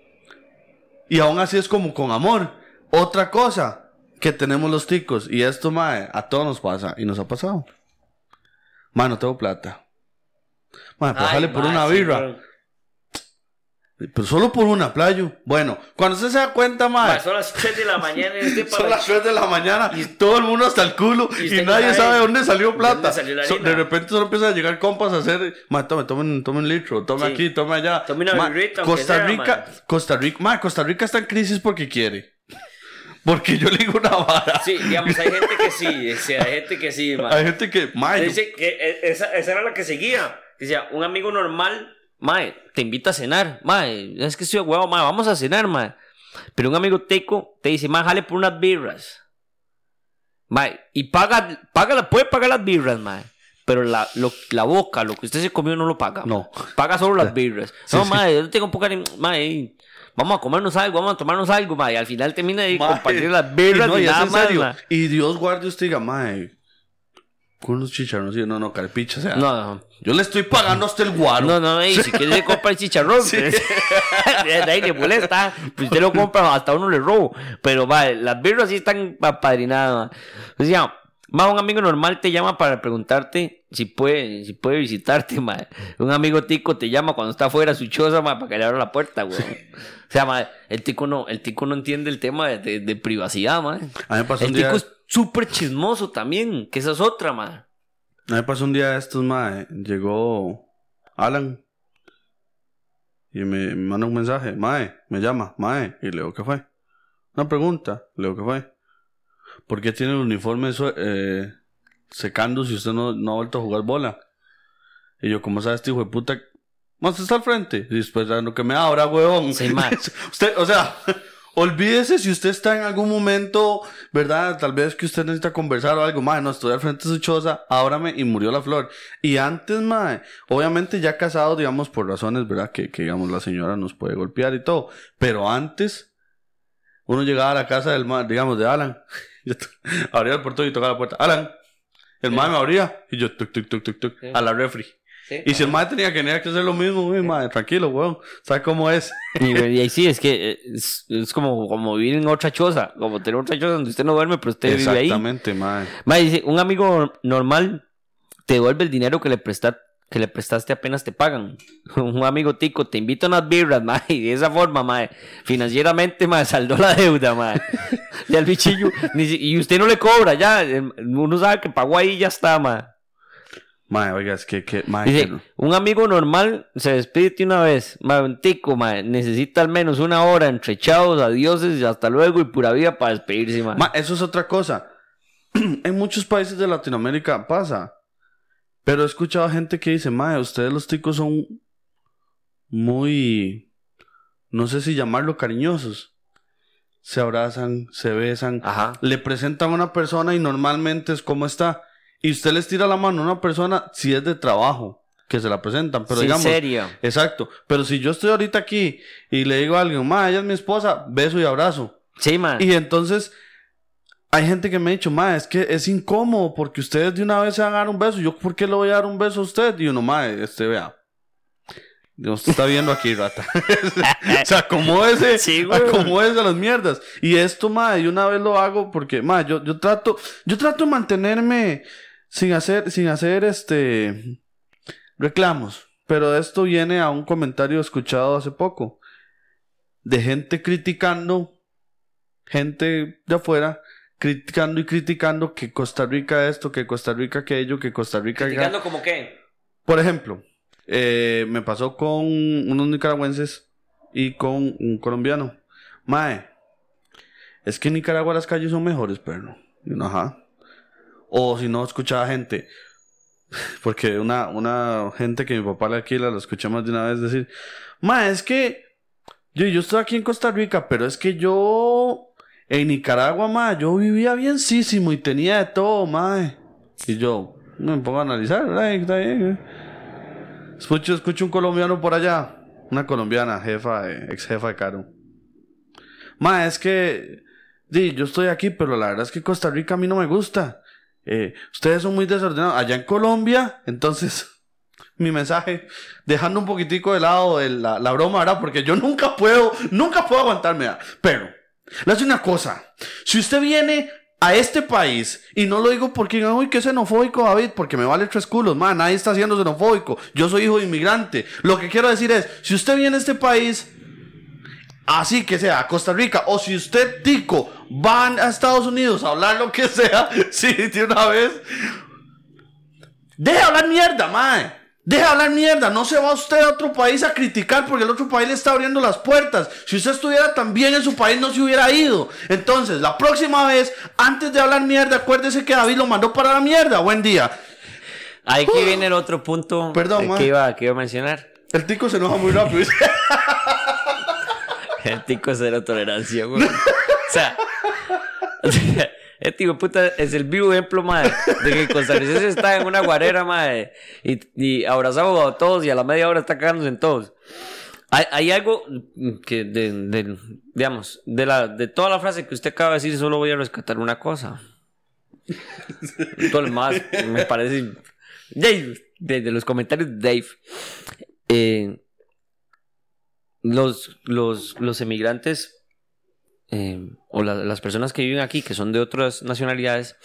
y aún así es como con amor. Otra cosa que tenemos los ticos, y esto, mae, a todos nos pasa y nos ha pasado. Mae, no tengo plata. Mae, pues sale por una birra. Pero solo por una, playo. Bueno, cuando usted se da cuenta, mae. Son las 3 de la mañana. Son las 3 de la mañana y todo el mundo hasta el culo y nadie sabe de dónde salió plata. De repente solo empiezan a llegar compas a hacer, mae, tome un litro, tome aquí, tome allá. Tome una birrita, Costa Rica está en crisis porque quiere. Porque yo le digo una vara. Sí, digamos, hay gente que sí, hay gente que sí, mae. Hay gente que, mae. Dice que esa era la que seguía. Decía, un amigo normal, mae, te invita a cenar, mae, es que estoy huevo, mae, vamos a cenar, mae. Pero un amigo teco te dice, mae, jale por unas birras. Mae, y puede pagar las birras, mae. Pero la boca, lo que usted se comió no lo paga. No. Paga solo las birras. Sí, no, sí. mae, yo tengo poca, mae, vamos a comernos algo, vamos a tomarnos algo, mae. Y al final termina de compartir las birras y nada más, mae. Y Dios guarde usted diga, mae, con unos chicharrones, no, carpicha, o sea. No. Yo le estoy pagando hasta el guaro. No, y si quiere le compra el chicharrón, sí. De ahí le molesta, pues usted lo compra, hasta uno le robo. Pero, vale, las birras sí están apadrinadas, man. O sea, un amigo normal te llama para preguntarte si puede visitarte, man. Un amigo tico te llama cuando está afuera de su choza, man, para que le abra la puerta, güey. O sea, man, el tico no entiende el tema de privacidad, man. A mí me pasó el tico es súper chismoso también, que esa es otra, man. A mí me pasó un día de estos, mae. Llegó Alan y me manda un mensaje. Mae, me llama, mae. Y le digo, ¿qué fue? Una pregunta. Le digo, ¿qué fue? ¿Por qué tiene el uniforme secando si usted no ha vuelto a jugar bola? Y yo, ¿cómo sabe este hijo de puta? Más está al frente. Y después, lo que me abra, huevón. Sí, mae. Usted, o sea... Olvídese si usted está en algún momento, ¿verdad? Tal vez que usted necesita conversar o algo. Mae, no, estoy al frente de su choza, ábrame y murió la flor. Y antes, mae, obviamente ya casados, digamos, por razones, ¿verdad? Que digamos, la señora nos puede golpear y todo. Pero antes, uno llegaba a la casa del mae, digamos, de Alan. Abría el portón y tocaba la puerta. Alan. El mae me abría y yo, tuc, a la refri. Sí, y si el mae tenía que hacer lo mismo, mae, tranquilo, weón. ¿Sabes cómo es? Y ahí sí, es que es como vivir en otra choza, como tener otra choza donde usted no duerme, pero usted vive ahí. Exactamente, mae. Mae, dice, un amigo normal te devuelve el dinero que le prestaste apenas te pagan. Un amigo tico te invita a unas birras, mae, y de esa forma, mae, financieramente, mae, saldó la deuda, mae. Ya el bichillo, y usted no le cobra, ya, uno sabe que pagó ahí y ya está, mae. Mae, oiga, es que mae, dice, un amigo normal se despide una vez, mae, un tico, mae, necesita al menos una hora entre chavos, adioses y hasta luego y pura vida para despedirse, mae. Mae, eso es otra cosa. En muchos países de Latinoamérica pasa. Pero he escuchado gente que dice, mae, ustedes los ticos son muy, no sé si llamarlo cariñosos. Se abrazan, se besan, ajá, le presentan a una persona y normalmente es como está. Y usted les tira la mano a una persona si es de trabajo, que se la presentan. Pero sí, digamos, serio. Exacto. Pero si yo estoy ahorita aquí y le digo a alguien, ma, ella es mi esposa, beso y abrazo. Sí, man. Y entonces hay gente que me ha dicho, ma, es que es incómodo porque ustedes de una vez se van a dar un beso. Yo, ¿por qué le voy a dar un beso a usted? Y uno, ma, vea. Usted está viendo aquí, rata. O sea, acomódese, sí, acomódese a las mierdas. Y esto, ma, y una vez lo hago porque, ma, yo trato de mantenerme sin hacer reclamos. Pero esto viene a un comentario escuchado hace poco de gente criticando, gente de afuera criticando que Costa Rica esto, que Costa Rica aquello, que Costa Rica... ¿Criticando como qué? Por ejemplo, me pasó con unos nicaragüenses y con un colombiano. Mae, es que en Nicaragua las calles son mejores, pero... Y uno, ajá. O si no, escuchaba gente... Porque una gente que mi papá le alquila, lo escuché más de una vez decir... Mae, es que... Yo estoy aquí en Costa Rica, pero es que yo... En Nicaragua, mae, yo vivía bienísimo y tenía de todo, mae. Y yo... No me pongo a analizar, ¿verdad? Está bien, Escucho un colombiano por allá. Una colombiana, ex jefa de Caro. Ma, es que... yo estoy aquí, pero la verdad es que Costa Rica a mí no me gusta. Ustedes son muy desordenados. Allá en Colombia, entonces... Mi mensaje, dejando un poquitico de lado la broma, ¿verdad? Porque yo nunca puedo aguantarme, ¿verdad? Pero, le hace una cosa. Si usted viene... a este país, y no lo digo porque, uy, qué xenofóbico, David, porque me vale 3 culos, man, nadie está siendo xenofóbico, yo soy hijo de inmigrante. Lo que quiero decir es, si usted viene a este país, así que sea, a Costa Rica, o si usted, tico, van a Estados Unidos a hablar lo que sea, sí, de una vez, deje de hablar mierda, man. Deja de hablar mierda, no se va usted a otro país a criticar porque el otro país le está abriendo las puertas. Si usted estuviera tan bien en su país no se hubiera ido. Entonces, la próxima vez, antes de hablar mierda, acuérdese que David lo mandó para la mierda. Buen día. Ahí que viene el otro punto. Perdón, que iba a mencionar. El tico se enoja muy rápido. El tico es cero tolerancia, güey. O sea... Este hijo de puta es el vivo ejemplo, madre, de que costarricense está en una guarera, madre, y abrazado a todos y a la media hora está cagándose en todos. Hay algo que, digamos, de toda la frase que usted acaba de decir, solo voy a rescatar una cosa. Todo lo demás me parece... Dave, de los comentarios de Dave, los emigrantes... o las personas que viven aquí, que son de otras nacionalidades,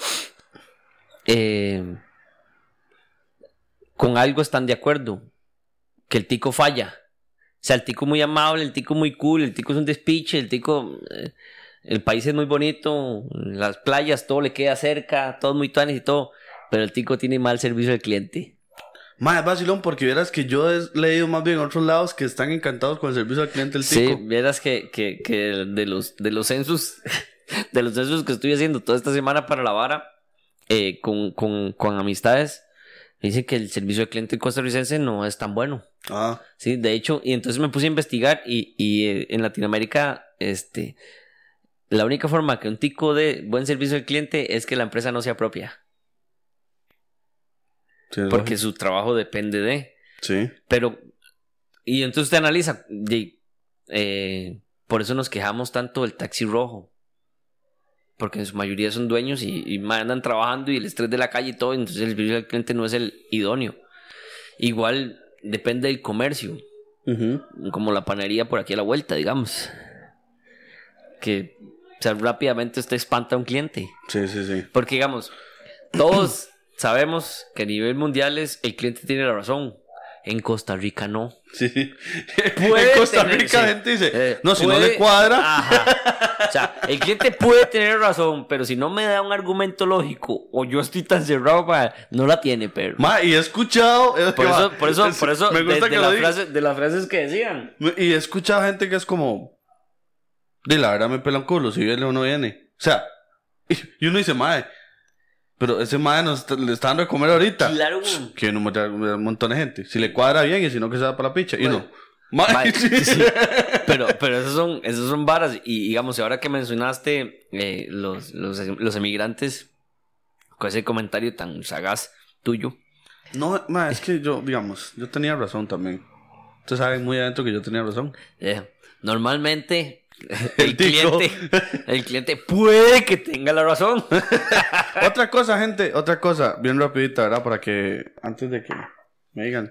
con algo están de acuerdo, que el tico falla. O sea, el tico muy amable, el tico muy cool, el tico es un despiche, el tico... el país es muy bonito, las playas, todo le queda cerca, todo muy tuanis y todo, pero el tico tiene mal servicio al cliente. Más vacilón, porque vieras que yo he leído más bien en otros lados que están encantados con el servicio al cliente del tico. Sí, vieras que de los censos de los censos que estoy haciendo toda esta semana para la vara, con amistades, dicen que el servicio al cliente costarricense no es tan bueno. Ah. Sí, de hecho, y entonces me puse a investigar y en Latinoamérica, la única forma que un tico dé buen servicio al cliente es que la empresa no sea propia. Sí, porque su trabajo depende de... Sí. Pero... Y entonces usted analiza... por eso nos quejamos tanto del taxi rojo. Porque en su mayoría son dueños y andan trabajando y el estrés de la calle y todo. Entonces el servicio al cliente no es el idóneo. Igual depende del comercio. Uh-huh. Como la panadería por aquí a la vuelta, digamos. Que... O sea, rápidamente usted espanta a un cliente. Sí, sí, sí. Porque digamos... Todos... Sabemos que a nivel mundial el cliente tiene la razón. En Costa Rica no. Sí. En Costa Rica la gente dice, no, si no le cuadra. Ajá. O sea, el cliente puede tener razón, pero si no me da un argumento lógico o yo estoy tan cerrado, no la tiene, pero. Y he escuchado. Por eso me gusta de las frases que decían. Y he escuchado gente que es como, de la verdad me pela un culo, si viene o no viene. O sea, y uno dice, pero ese mae le está dando de comer ahorita. Claro. Que no me da un montón de gente. Si le cuadra bien y si no que se va para la picha. Bueno, y no. Sí. Pero esos son varas. Y digamos, ahora que mencionaste los emigrantes, con ese comentario tan sagaz tuyo. No, es que yo tenía razón también. Ustedes saben muy adentro que yo tenía razón. Normalmente... El cliente puede que tenga la razón. Otra cosa, bien rapidita, ¿verdad? Para que, antes de que me digan.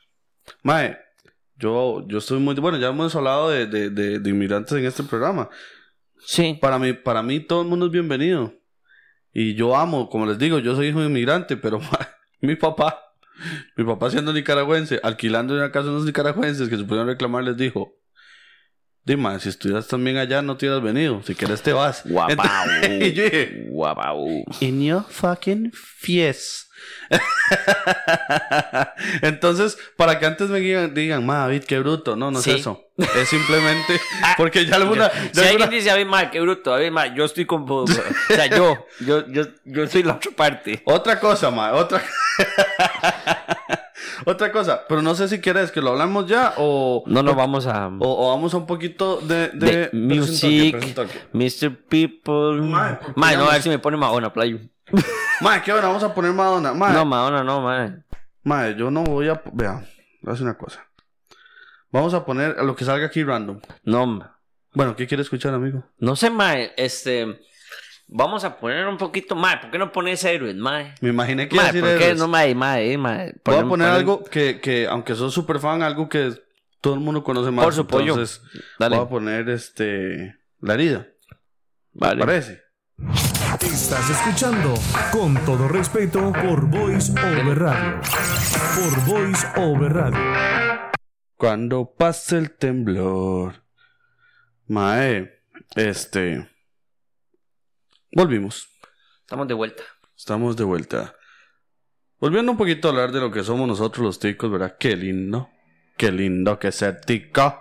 Yo estoy muy... Bueno, ya hemos hablado de inmigrantes en este programa. Sí. Para mí todo el mundo es bienvenido. Y yo amo, como les digo, yo soy hijo de inmigrante, pero mi papá siendo nicaragüense, alquilando una casa a unos nicaragüenses que se pudieron reclamar, les dijo... Dime, si estuvieras también allá no te hubieras venido. Si quieres te vas. Guapau. Y yo dije, guapau. In your fucking face. Entonces, para que antes me digan, ma, David, qué bruto. No, no es Sí. eso. Es simplemente porque ya alguna... Si alguien dice, a ver, ma, qué bruto, a ver, ma, yo estoy con vos. O sea, yo soy la otra parte. Otra cosa, ma, otra... Otra cosa, pero no sé si quieres que lo hablamos ya o... No nos vamos a... O vamos a un poquito de music, presentación. Mr. People... Mae, porque Mae, no, a digamos- ver si me pone Madonna, playo. Mae, ¿qué hora vamos a poner Madonna? Mae, No, Madonna, no, mae. mae, yo no voy a... Vea, voy a hacer una cosa. Vamos a poner a lo que salga aquí random. No, Bueno, ¿qué quiere escuchar, amigo? no sé, mae, vamos a poner un poquito, mae, ¿por qué no pones héroes, mae? Me imaginé que iba a Mae, decir ¿por qué héroes. no, mae? Voy a poner algo que, aunque sos super fan, algo que todo el mundo conoce más. Por su pollo. Entonces, Dale. voy a poner La herida. Vale. ¿Te parece? Estás escuchando Con Todo Respeto por Voice Over Radio. Por Voice Over Radio. Cuando pase el temblor. Mae, volvimos. Estamos de vuelta. Estamos de vuelta. Volviendo un poquito a hablar de lo que somos nosotros los ticos, ¿verdad? Qué lindo. Qué lindo que ser tico.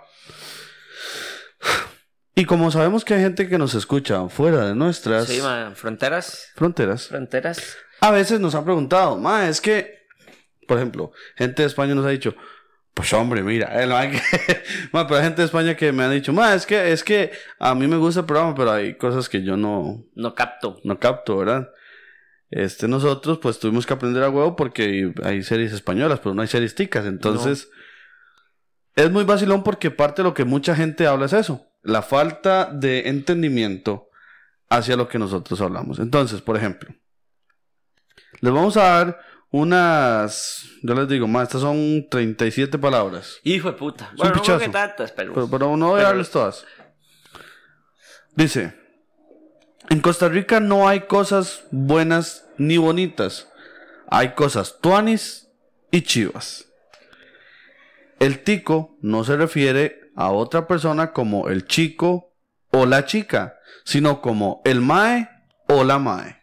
Y como sabemos que hay gente que nos escucha fuera de nuestras Sí, mae, fronteras. fronteras, Fronteras. a veces nos han preguntado, ma, es que, por ejemplo, gente de España nos ha dicho, pues hombre, mira, ma, pero hay gente de España que me ha dicho, ma, es que a mí me gusta el programa, pero hay cosas que yo no No capto, ¿verdad? Nosotros pues tuvimos que aprender a huevo porque hay series españolas, pero no hay series ticas, entonces es muy vacilón porque parte de lo que mucha gente habla es eso, la falta de entendimiento hacia lo que nosotros hablamos. Entonces, por ejemplo, les vamos a dar unas, yo les digo, más, estas son 37 palabras, Hijo de puta. un Bueno, no creo pichazo. que tantas, pero... pero no voy a darles todas. Dice, en Costa Rica no hay cosas buenas ni bonitas. Hay cosas tuanis y chivas. El tico no se refiere a otra persona como el chico o la chica, sino como el mae o la mae.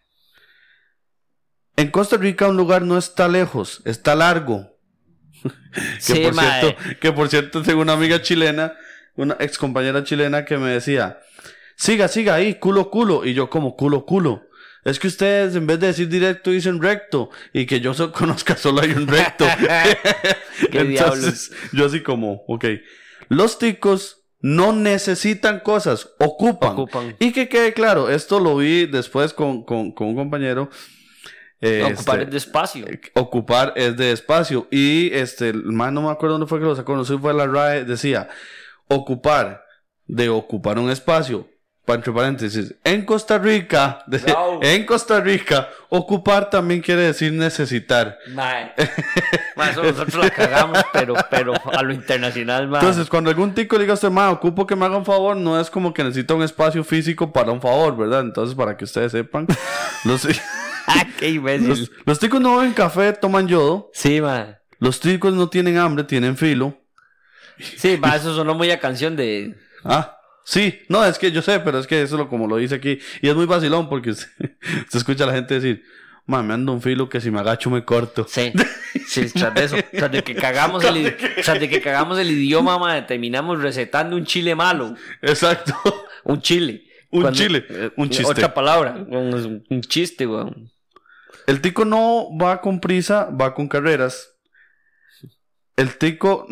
En Costa Rica un lugar no está lejos, está largo. Sí, mae. Que por cierto tengo una amiga chilena, una ex compañera chilena que me decía, siga ahí, culo, y yo como culo. Es que ustedes en vez de decir directo dicen recto y que yo conozca solo hay un recto. ¿Qué diablos? yo así como, ok, los ticos no necesitan cosas, ocupan. Y que quede claro, esto lo vi después con un compañero. Ocupar el espacio. Ocupar es de espacio. Y man, no me acuerdo dónde fue que lo sacó, no sé si fue la RAE, decía ocupar, de ocupar un espacio, entre paréntesis, en Costa Rica, Bravo. en Costa Rica, ocupar también quiere decir necesitar. Mae. Mae, eso nosotros la cagamos, pero a lo internacional, mae. Entonces, cuando algún tico le diga a usted, ma, ocupo que me haga un favor, no es como que necesita un espacio físico para un favor, ¿verdad? Entonces, para que ustedes sepan, Qué imbécil. los ticos no beben café, toman yodo. Sí, mae. Los ticos no tienen hambre, tienen filo. Sí, mae, eso sonó muy a canción de... Ah, sí, no, es que yo sé, pero es que eso es como lo dice aquí. Y es muy vacilón porque se escucha a la gente decir, ma, me ando un filo que si me agacho me corto. Sí, tras de eso, tras de que cagamos el idioma, mae, terminamos recetando un chile malo. Exacto. Un chile. Un chile, un chiste. Otra palabra, un chiste, weón. El tico no va con prisa, va con carreras. El tico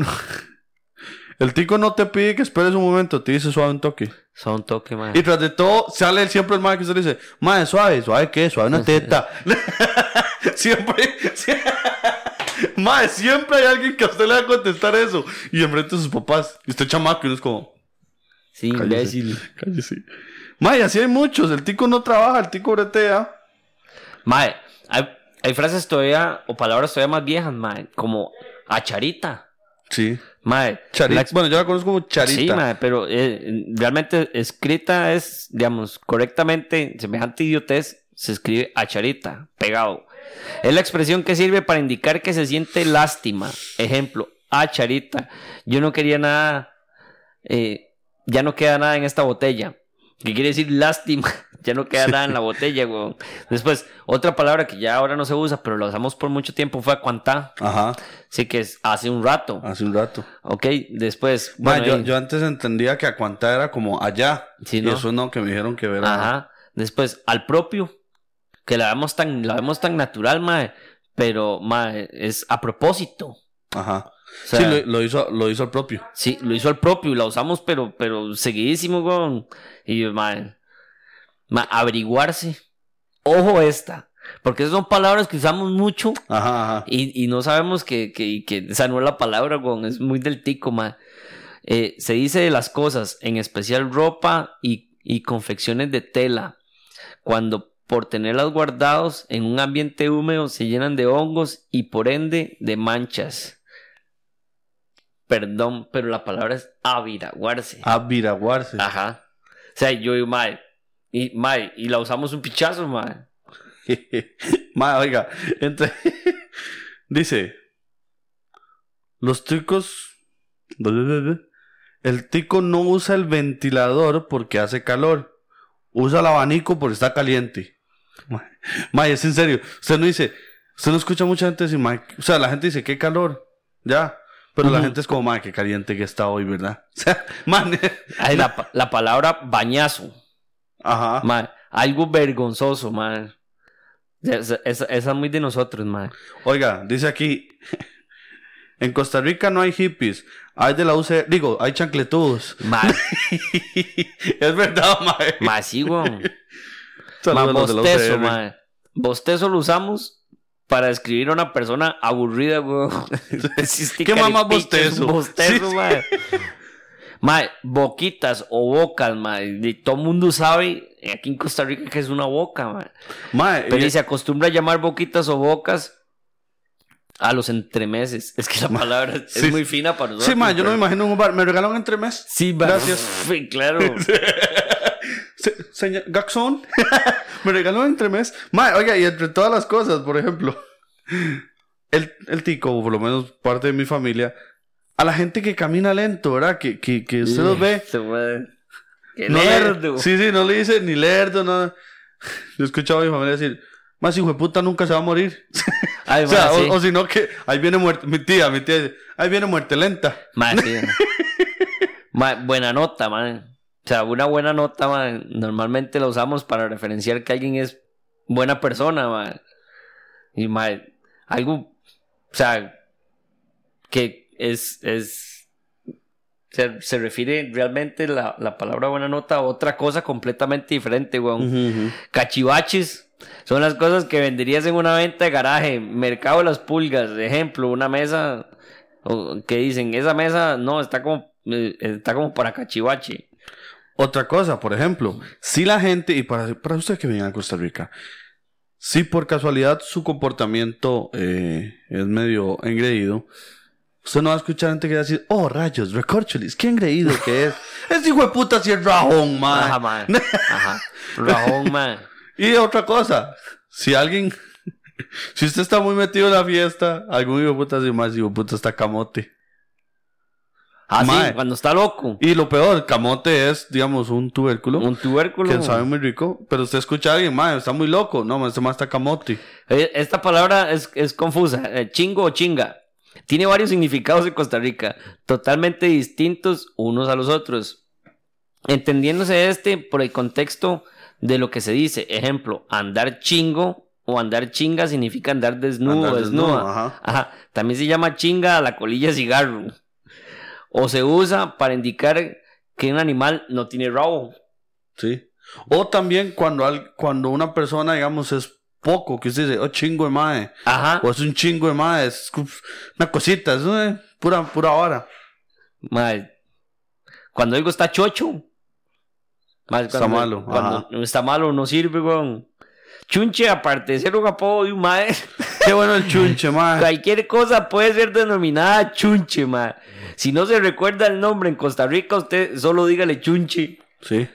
no te pide que esperes un momento, te dice suave un toque. Son un toque, mae. Y tras de todo, sale siempre el mae que usted dice, mae, suave qué, suave una teta. siempre, mae, siempre hay alguien que a usted le va a contestar eso. Y enfrente de sus papás. Y usted chamaco y uno es como, Sí, imbécil. cállese. Mae, así hay muchos. El tico no trabaja, el tico bretea. Mae, hay frases todavía, o palabras todavía más viejas, mae, como acharita. Sí. Mae. Charita. Bueno, yo la conozco como charita. Sí, mae, pero realmente escrita es, digamos, correctamente, semejante idiotez, se escribe acharita, pegado. Es la expresión que sirve para indicar que se siente lástima. Ejemplo, acharita. Yo no quería nada, ya no queda nada en esta botella. que quiere decir lástima. Ya no queda nada en la botella, weón. Después, otra palabra que ya ahora no se usa, pero la usamos por mucho tiempo, fue acuantá. Ajá. Sí, que es hace un rato. Hace un rato. Ok, después... Ma, bueno, yo antes entendía que acuantá era como allá. Sí, y ¿no? eso no, que me dijeron que era... Ajá. Después, al propio, que la vemos tan natural, mae. Pero, mae, es a propósito. Ajá. O sea, sí, lo hizo el propio. Sí, lo hizo al propio y la usamos, pero seguidísimo, weón. Y, mae, averiguarse. Ojo esta. Porque esas son palabras que usamos mucho Ajá. y no sabemos que esa no es la palabra, weón. Es muy del tico, mae. Se dice de las cosas, en especial ropa y confecciones de tela, cuando por tenerlas guardados en un ambiente húmedo se llenan de hongos y por ende de manchas. Perdón, pero la palabra es aviraguarse. Aviraguarse. Ajá. O sea, yo digo, mae, y la usamos un pichazo, mae. Ma, oiga, dice, los ticos, el tico no usa el ventilador porque hace calor, usa el abanico porque está caliente. Ma, es en serio, usted no escucha mucha gente decir, ma, o sea, la gente dice, qué calor, ya, pero la gente es como, ma, qué caliente que está hoy, ¿verdad? O sea, man, La palabra bañazo. Ajá. Ma, algo vergonzoso, ma. Esa es muy de nosotros, ma. Oiga, dice aquí, en Costa Rica no hay hippies, hay de la UC, hay chancletudos. Ma, Es verdad, mae. ma, sí, weón. Ma, Saludos a los de la bostezo, UCR. ma. Bostezo lo usamos para describir a una persona aburrida, weón. ¿Qué mamá bostezo? Bostezo, Sí, ma. Ma, boquitas o bocas, ma. Y todo el mundo sabe aquí en Costa Rica que es una boca, ma. Mae, Pero se acostumbra a llamar boquitas o bocas a los entremeses. Es que la palabra es sí. muy fina para nosotros. sí, mae, yo no me pero- imagino en un bar. ¿Me regalan un entremés? Sí, ma. Gracias. Sí, claro. Señor Gaxón, me regaló un entremés. Mae, oiga, y entre todas las cosas, por ejemplo, el tico, o por lo menos parte de mi familia, a la gente que camina lento, ¿verdad? Que usted los ve. Qué No lerdo. sí, no le dice ni lerdo, nada. Yo he escuchado a mi familia decir, más hijo de puta nunca se va a morir. Ay, O sea, ma, sí. o si no que ahí viene muerte, mi tía dice, ahí viene muerte lenta. Ma, sí. Ma, buena nota, man. O sea, una buena nota, man, normalmente la usamos para referenciar que alguien es buena persona, man. Y, man, algo, o sea, que se refiere realmente la palabra buena nota a otra cosa completamente diferente, weón. Cachivaches son las cosas que venderías en una venta de garaje, mercado de las pulgas, ejemplo, una mesa que dicen, esa mesa no, está como para cachivache. Otra cosa, por ejemplo, si la gente, y para ustedes que vienen a Costa Rica, si por casualidad su comportamiento es medio engreído, usted no va a escuchar gente que va a decir, oh rayos, recorcholis, qué engreído que es. Ese hijo de puta si es rajón, man. Ajá, man. Ajá. Rajón, man. Y otra cosa, si usted está muy metido en la fiesta, algún hijo de puta dice, más hijo de puta está camote. Ah, sí, Mae. cuando está loco. Y lo peor, camote es, digamos, un tubérculo. Un tubérculo. Que sabe muy rico, pero usted escucha a alguien, mae, está muy loco. No, este mae está camote. Esta palabra es confusa. Chingo o chinga. Tiene varios significados en Costa Rica, totalmente distintos unos a los otros. Entendiéndose por el contexto de lo que se dice. Ejemplo, andar chingo o andar chinga significa andar desnudo o Andar desnudo, desnuda. Ajá. También se llama chinga a la colilla de cigarro. O se usa para indicar que un animal no tiene rabo. Sí. O también cuando una persona, digamos, es poco, que usted dice, oh, chingo de mae. Ajá. O es un chingo de mae, es una cosita, es pura hora. Mae, cuando algo está chocho. Mae, Está malo, Cuando está malo no sirve, weón. Chunche, aparte de ser un apodo de un mae, Qué bueno el chunche, mae. cualquier cosa puede ser denominada chunche, mae. Si no se recuerda el nombre en Costa Rica, usted solo dígale chunche. Sí.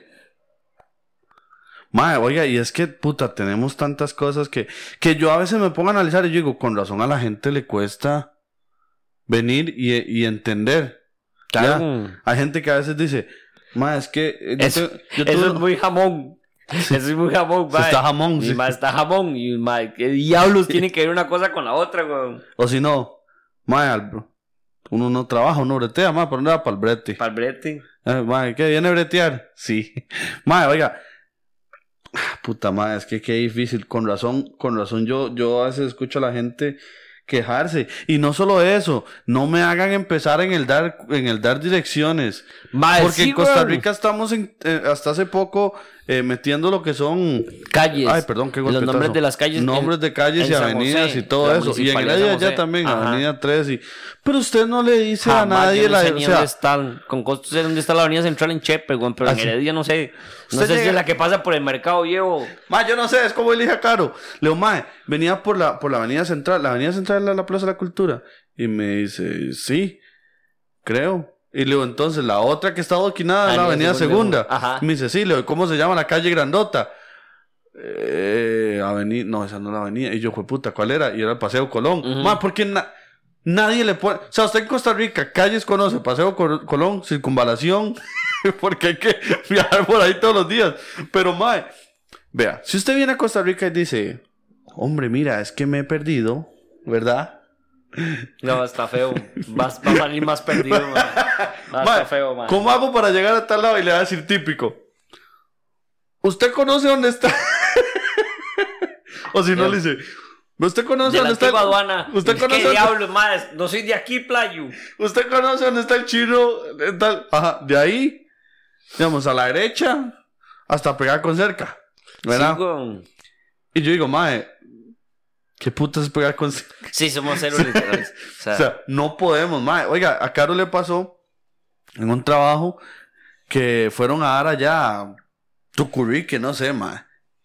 Mae, oiga, y es que, puta, tenemos tantas cosas que yo a veces me pongo a analizar y yo digo, con razón a la gente le cuesta venir y entender. Claro. Ya. Hay gente que a veces dice, Ma, es que... Eso es muy jamón. Eso es muy jamón, mae. Está jamón, Y sí. mae, está jamón. Y mae, ¿qué diablos tiene que ver una cosa con la otra, weón? O si no, ma, uno no trabaja, uno bretea, ma, pero no va para el brete. Para el brete. Ma, ¿qué? ¿Viene a bretear? Sí. Ma, oiga. Puta madre, es que qué difícil. Con razón, yo a veces escucho a la gente quejarse. Y no solo eso, no me hagan empezar en el dar direcciones. Mae, Porque sí, en Costa weón. Rica estamos hasta hace poco metiendo lo que son Calles. Ay, perdón, qué golpetazo. Los nombres de las calles. Nombres de calles en y San avenidas José, y todo la eso. Y en municipalidad de Heredia San ya José. también, Ajá. Avenida 3 y... Pero usted no le dice a Jamás, nadie yo no sé o ni sea, dónde están. Con costo sé dónde está la avenida central en Chepe, weón. Pero en Así. Heredia no sé. No Usted sé si llega- es la que pasa por el mercado viejo. Ma, yo no sé, es como elija caro. Le digo, ma, venía por la avenida central. La avenida central es la Plaza de la Cultura. Y me dice, sí, creo. Y le digo, entonces, la otra que está adoquinada es la avenida segunda. Ajá. Me dice, sí, le digo, ¿cómo se llama la calle grandota? Avenida, no, esa no es la avenida. Y yo, fue puta, ¿cuál era? Y era el Paseo Colón. Ujú. Ma, porque nadie le pone. O sea, usted en Costa Rica, calles conoce, Paseo Colón, Circunvalación, porque hay que viajar por ahí todos los días. Pero, ma, vea, si usted viene a Costa Rica y dice, hombre, mira, es que me he perdido, ¿verdad? No, está feo. Va a salir más perdido, man. Ma, Está feo, man. ¿cómo hago para llegar a tal lado? Y le va a decir típico. ¿Usted conoce dónde está? O si no, le dice, ¿usted conoce De la dónde está? antigua aduana. ¿Usted ¿Qué conoce dónde... diablos, más? No soy de aquí, playo. ¿Usted conoce dónde está el chino? Tal? Ajá, de ahí, digamos, a la derecha, hasta pegar con cerca, ¿verdad? Sí, weón. Y yo digo, mae, ¿qué putas es pegar con cerca? Sí, somos cero literales. O sea, O sea, no podemos, mae. Oiga, a Caro le pasó en un trabajo que fueron a dar allá a Tucurique, no sé, mae.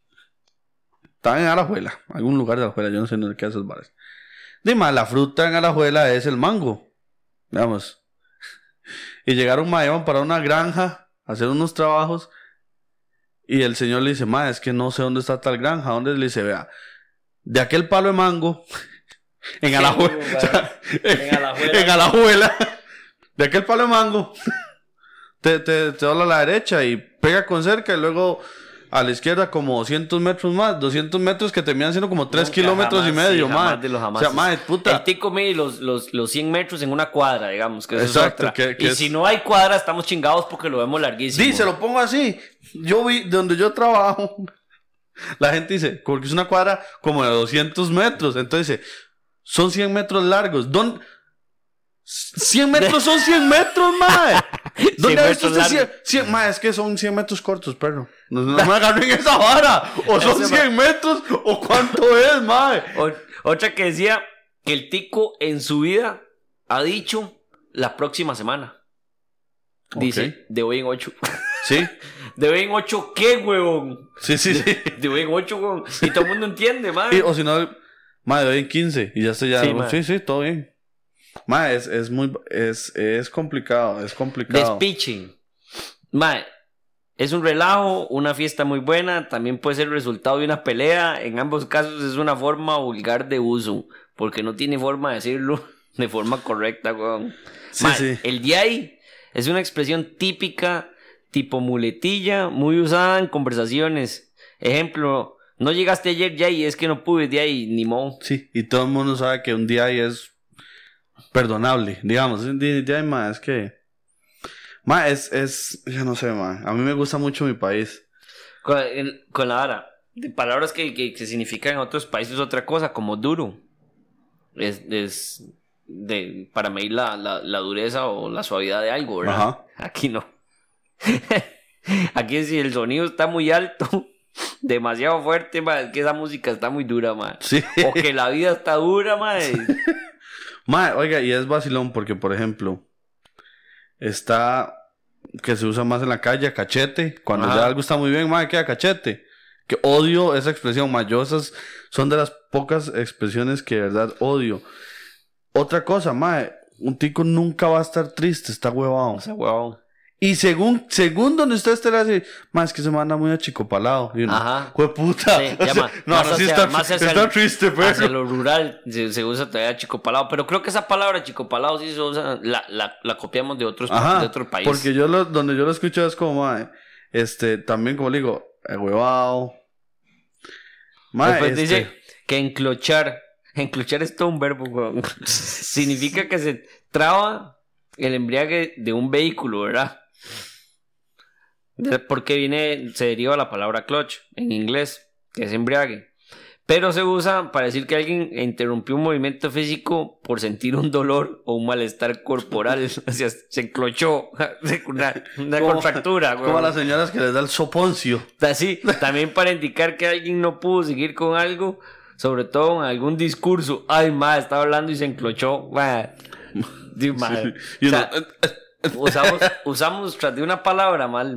Estaban en Alajuela, algún lugar de Alajuela, yo no sé en qué de esos bares. Dime, la fruta en Alajuela es el mango, digamos. Y llegaron, mae, iban para una granja a hacer unos trabajos. Y el señor le dice, mae, es que no sé dónde está tal granja. ¿Dónde? Le dice, vea, de aquel palo de mango, en Alajuela, güey, o sea, en Alajuela. en Alajuela, de aquel palo de mango, te dobla a la derecha y pega con cerca y luego a la izquierda como 200 metros más, 200 metros que terminan siendo como 3 nunca, kilómetros jamás, y medio, sí, mae. jamás de los O jamases. sea, mae, puta. El tico mide los 100 metros en una cuadra, digamos. Que eso Exacto, es otra. que Y es- si no hay cuadra, estamos chingados porque lo vemos larguísimo. Sí, se lo pongo así. Yo vi de donde yo trabajo. La gente dice, porque es una cuadra como de 200 metros. Entonces dice, son 100 metros largos. 100 metros son 100 metros, mae. ¿Dónde 100 ha visto usted metros 100? 100? Mae, es que son 100 metros cortos, perro. No me agarren esa vara. O son Ese 100 metros o cuánto es, mae. Otra que decía que el tico en su vida ha dicho la próxima semana. Dice, Ok. de hoy en 8. Sí, ¿De hoy en 8 qué, huevón? sí, sí. sí. De hoy en 8, huevón. Y todo el mundo entiende, man. O si no, mae, de hoy en 15 y ya estoy ya. Sí, mae. Sí, todo bien. Mae, es muy, es complicado, es complicado. Despiche. Mae, es un relajo, una fiesta muy buena, también puede ser el resultado de una pelea. En ambos casos es una forma vulgar de uso, porque no tiene forma de decirlo de forma correcta, weón. Sí, Mae, sí. el de ahí es una expresión típica, tipo muletilla, muy usada en conversaciones. Ejemplo, no llegaste ayer ya y es que no pude de ahí, ni modo. Sí, y todo el mundo sabe que un día ahí es perdonable, digamos. Un día ahí, ma, es que... Ma, yo no sé, ma. A mí me gusta mucho mi país. Con la vara, de palabras que significan en otros países otra cosa, como duro. Es para medir la dureza o la suavidad de algo, ¿verdad? Ajá. Aquí no. Aquí si el sonido está muy alto, demasiado fuerte, ma, es que esa música está muy dura, ma. Sí. O que la vida está dura, ma. Ma, oiga, y es vacilón porque, por ejemplo, está que se usa más en la calle, cachete. Cuando Ajá. ya algo está muy bien, ma, queda cachete. Que odio esa expresión, ma. Yo esas son de las pocas expresiones que de verdad odio. Otra cosa, ma, un tico nunca va a estar triste, está huevado. O sea, huevón. Y según donde usted esté, le dice, más que se manda muy achicopalado. Y uno, Ajá. ¡jueputa! Sí, O sea, llama, no, más no, sí hacia- está, más hacia está el- triste, pero... Hacia lo rural se usa todavía achicopalado, pero creo que esa palabra achicopalado sí se usa, la copiamos de otros países. Porque donde yo lo escucho es como, mae, también como le digo, huevado. Mae, Después dice que enclochar es todo un verbo, weón. Significa que se traba el embriague de un vehículo, ¿verdad? Porque se deriva la palabra clutch en inglés, que es embriague. Pero se usa para decir que alguien interrumpió un movimiento físico por sentir un dolor o un malestar corporal. O sea, se enclochó una contractura. como a weón. las señoras que les da el soponcio. Así, también para indicar que alguien no pudo seguir con algo, sobre todo en algún discurso. Ay, ma, estaba hablando y se enclochó. Ma. Sí, ma. Y O uno, sea, usamos tras de una palabra mal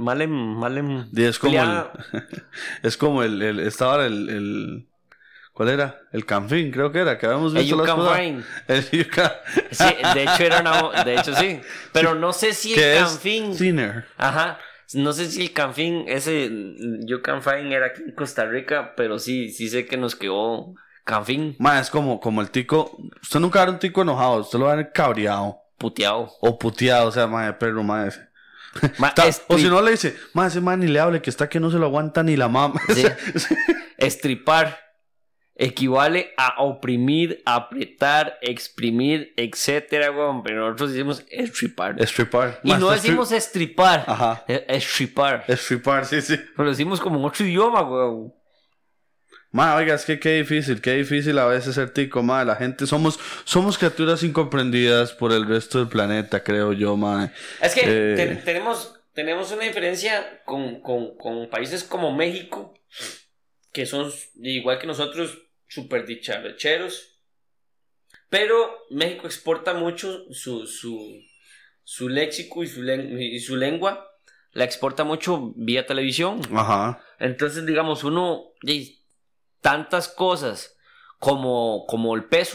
y es como empleada. es como estaba el ¿cuál era? El Canfín, creo que era, que habíamos El visto You las Can cosas. Find. El You Can... Sí, de hecho de hecho sí. Pero no sé si que el es Canfín. thinner. Ajá. No sé si el Canfín, ese You Can Find era aquí en Costa Rica, pero sí sé que nos quedó Canfín Ma, es como el tico. Usted nunca va a ver un tico enojado, usted lo va a ver cabreado puteado. o puteado, o sea, ma, de perro, ma, ese. Ma, O si no le dice, ma, ese man ni le hable, que está que no se lo aguanta ni la mamá. Sí. Estripar equivale a oprimir, apretar, exprimir, etcétera, weón. Pero nosotros decimos estripar. Estripar. Y Ma, no está decimos estripar. Ajá. Estripar. Estripar, sí, sí. Lo decimos como en otro idioma, weón. Ma, oiga, es que qué difícil a veces ser tico, ma. La gente somos criaturas incomprendidas por el resto del planeta, creo yo, ma. Es que tenemos una diferencia con países como México, que son igual que nosotros, súper dicharacheros. Pero México exporta mucho su léxico y su lengua. La exporta mucho vía televisión. Ajá. Entonces, digamos, tantas cosas como el peso.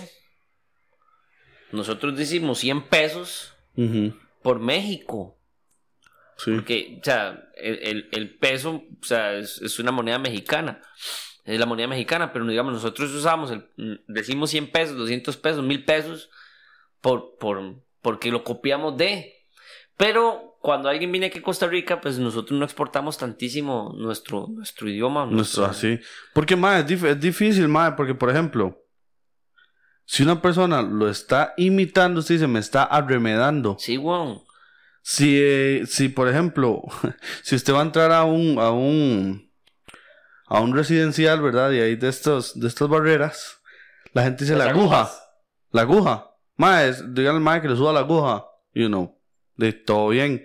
Nosotros decimos 100 pesos Ujú. por México. Sí. Porque, o sea, el peso, o sea, es una moneda mexicana. Es la moneda mexicana, pero digamos, nosotros decimos 100 pesos, 200 pesos, 1000 pesos porque lo copiamos de. Pero cuando alguien viene aquí a Costa Rica, pues nosotros no exportamos tantísimo nuestro idioma. Así. Porque, ma, es difícil, ma, porque, por ejemplo, si una persona lo está imitando, usted dice, me está arremedando. Sí, weón. Si por ejemplo, si usted va a entrar a un residencial, ¿verdad? Y hay de estas barreras, la gente dice Las la aguja. agujas. La aguja. Ma, díganle al ma que le suba la aguja. De todo bien.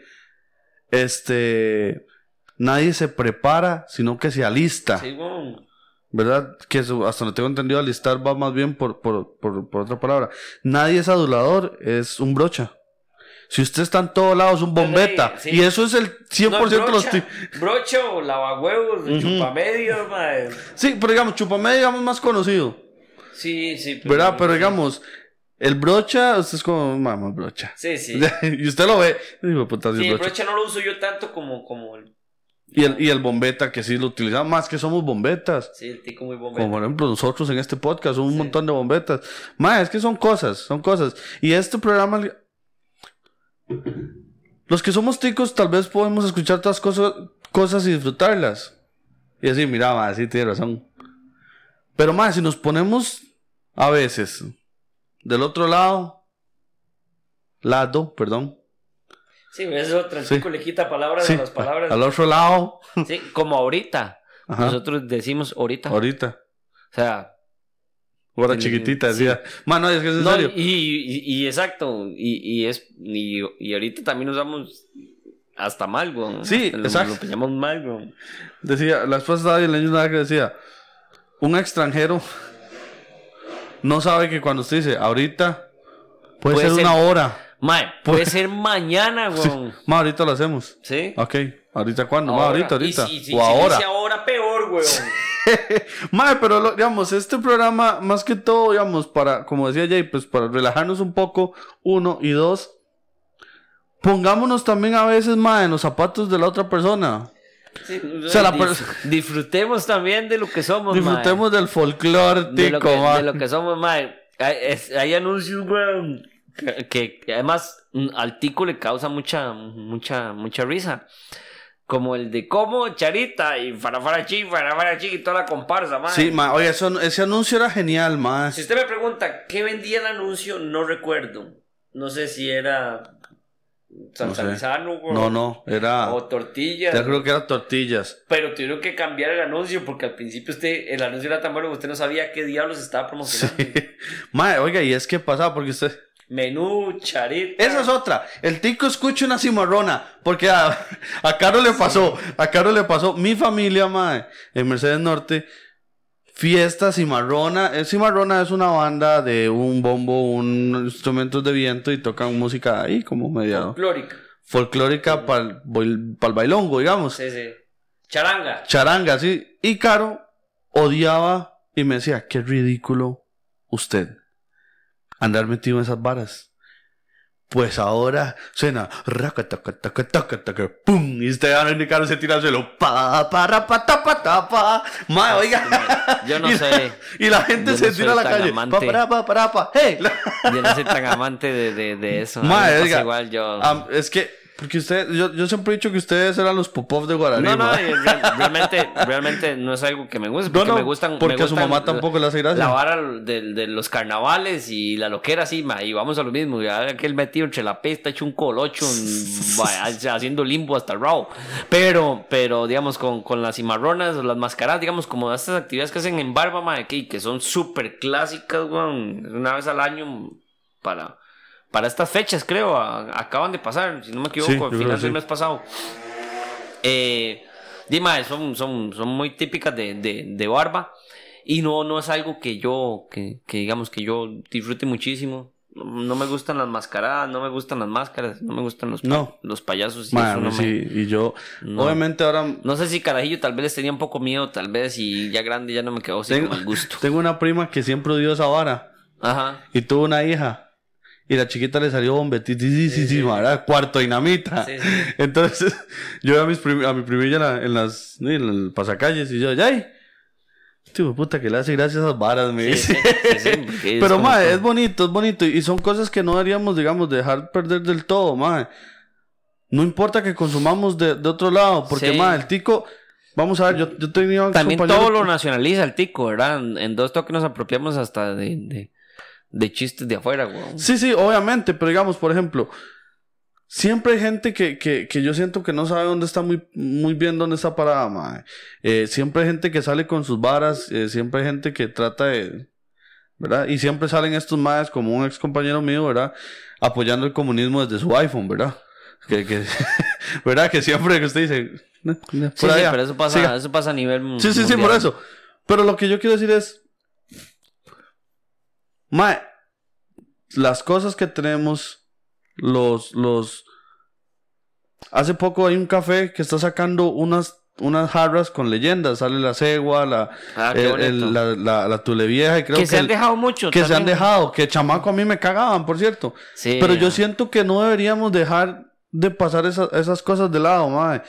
Nadie se prepara, sino que se alista. Sí, weón. ¿Verdad? Que eso, hasta no tengo entendido, alistar va más bien por otra palabra. Nadie es adulador, es un brocha. Si usted está en todos lados, es un bombeta. Sí. Y eso es el 100% de los brocha o lavahuevos, chupamedios, madre. Sí, pero digamos, chupamedio, digamos, más conocido. Sí. ¿Verdad? Pero digamos, el brocha, usted es como, mamá, brocha. Sí. Y usted lo ve. Digo, puta, Sí, el brocha. brocha no lo uso yo tanto como el... Y el bombeta, que sí lo utilizamos, más que somos bombetas. Sí, el tico muy bombeta. Como por ejemplo nosotros en este podcast, somos un montón de bombetas. Más, es que son cosas. Y este programa, los que somos ticos, tal vez podemos escuchar todas cosas y disfrutarlas. Y así, mira, ma, sí tiene razón. Pero más, si nos ponemos a veces del otro lado, perdón. Sí, eso es otra. El Sí. tico le quita palabras Sí, a las palabras. al otro lado. Sí, como ahorita. Ajá. Nosotros decimos ahorita. Ahorita. O sea... Hora chiquitita, decía. Mano, es que es en No, serio. y exacto. Y ahorita también usamos hasta mal, güey. Sí, exacto. Lo pensamos mal, güey. Decía, la esposa estaba en la que decía, un extranjero no sabe que cuando usted dice ahorita puede ser una hora. Mae, puede ser mañana, güey. Sí. Ma, ahorita lo hacemos. Sí. Ok, ¿ahorita cuándo? Ma, ahorita. Y si o ahora. dice ahora peor, güey. Ma, pero digamos, este programa, más que todo, digamos, para, como decía Jay, pues para relajarnos un poco, 1 y 2, pongámonos también a veces, mae, en los zapatos de la otra persona. Sí, O sea, disfrutemos también de lo que somos, disfrutemos del folclore, de tico, lo que somos, mae. Hay anuncios, weón, que además al tico le causa mucha risa. Como el de como Charita y farafarachi y toda la comparsa, mae. Sí, mae, oye, ese anuncio era genial, mae. Si usted me pregunta qué vendía el anuncio, no recuerdo. No sé si era Santanizano, weón. No, era... O tortillas. Ya creo que era tortillas. Pero tuvieron que cambiar el anuncio porque al principio el anuncio era tan bueno que usted no sabía qué diablos estaba promocionando. Sí. Mae, oiga, ¿y es qué pasaba? Porque usted... Menú, Charita. Esa es otra. El tico escucha una cimarrona. Porque a Caro le pasó. A Caro le pasó. Mi familia, mae, en Mercedes Norte, fiesta cimarrona. Cimarrona es una banda de un bombo, un instrumentos de viento y tocan música ahí como media... Folclórica para el bailongo, digamos. Sí. Charanga. Charanga, sí. Y Caro odiaba y me decía, qué ridículo usted andar metido en esas varas. Pues ahora suena pum, y usted a ver Caro se tira al suelo mae, oiga, yo no sé, y la gente se tira a la calle hey. Yo no soy tan amante de eso, mae, oiga, igual yo es que porque yo siempre he dicho que ustedes eran los pop-off de Guaraní. No, realmente no es algo que me guste. Porque me gustan. Porque a su mamá tampoco le hace gracia. La vara de los carnavales y la loquera, sí, y vamos a lo mismo. Ya aquel metido entre la pesta, hecho un colocho, haciendo limbo hasta el rabo. Pero digamos, con las cimarronas o las mascaradas, digamos, como estas actividades que hacen en barba, que son súper clásicas, una vez al año para estas fechas, creo, acaban de pasar, si no me equivoco, sí, al final del mes pasado. Son muy típicas de barba y no es algo que yo digamos que yo disfrute muchísimo. No me gustan las mascaradas, no me gustan las máscaras, no me gustan los payasos. Y yo, obviamente ahora... No sé si carajillo tal vez les tenía un poco miedo, tal vez, y ya grande ya no me quedó sin mal gusto. Tengo una prima que siempre odió esa vara. Ajá. Y tuvo una hija. Y la chiquita le salió bombetitísima, ¿verdad? Cuarto dinamita. Sí. Entonces, yo a mi primilla en el pasacalles y yo, ¡ay! Tío, puta, que le hace gracias a esas varas, me dice. Sí, pero, mae, es bonito. Y son cosas que no deberíamos, digamos, dejar perder del todo, mae. No importa que consumamos de otro lado, porque, mae, el tico... Vamos a ver, yo tenía... También todo lo nacionaliza el tico, ¿verdad? En dos toques nos apropiamos hasta de chistes de afuera, güey. Sí, obviamente, pero digamos, por ejemplo, siempre hay gente que yo siento que no sabe dónde está muy bien dónde está parada, mae. Siempre hay gente que sale con sus varas, siempre hay gente que trata de, ¿verdad? Y siempre salen estos maes como un ex compañero mío, ¿verdad? Apoyando el comunismo desde su iPhone, ¿verdad? ¿Verdad? Que siempre que usted dice... Sí, pero eso pasa a nivel mundial. Sí, por eso. Pero lo que yo quiero decir es... Mae, las cosas que tenemos, hace poco hay un café que está sacando unas jarras con leyendas, sale la cegua, la tule vieja y creo que se han dejado mucho. Que también. Se han dejado, que chamaco a mí me cagaban, por cierto. Sí, pero yo siento que no deberíamos dejar de pasar esas cosas de lado, mae.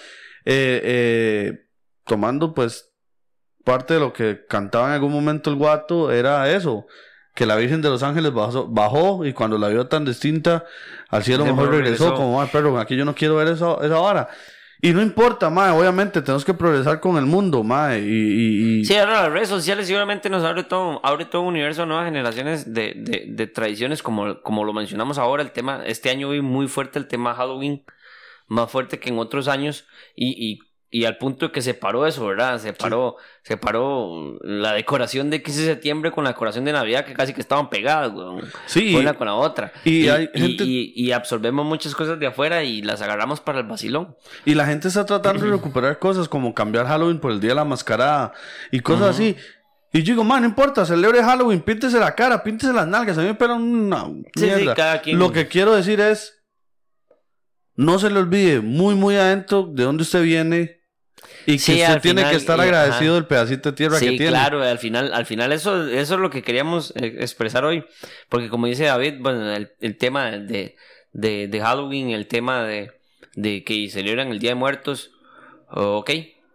Tomando pues parte de lo que cantaba en algún momento el Guato, era eso. Que la Virgen de los Ángeles bajó y cuando la vio tan distinta al cielo mejor regresó como, pero aquí yo no quiero ver esa vara. Y no importa, mae, obviamente tenemos que progresar con el mundo, mae. Sí, ahora las redes sociales seguramente nos abre todo un universo de nuevas generaciones de tradiciones, como lo mencionamos ahora. El tema, este año vi muy fuerte el tema Halloween, más fuerte que en otros años, y al punto de que se paró eso, ¿verdad? Se paró la decoración de 15 de septiembre con la decoración de Navidad, que casi que estaban pegadas, güey. Sí. Una con la otra. Y absorbemos muchas cosas de afuera y las agarramos para el vacilón. Y la gente está tratando de recuperar cosas como cambiar Halloween por el Día de la Mascarada y cosas así. Y yo digo, man, no importa, celebre Halloween, píntese la cara, píntese las nalgas, a mí me pegan una mierda. Sí, cada quien. Lo que quiero decir es, no se le olvide muy, muy adentro de dónde usted viene. Y que usted tiene que estar agradecido del pedacito de tierra que tiene. Sí, claro, al final eso es lo que queríamos expresar hoy. Porque como dice David, bueno, el tema de de Halloween, el tema de que celebran el Día de Muertos, ok.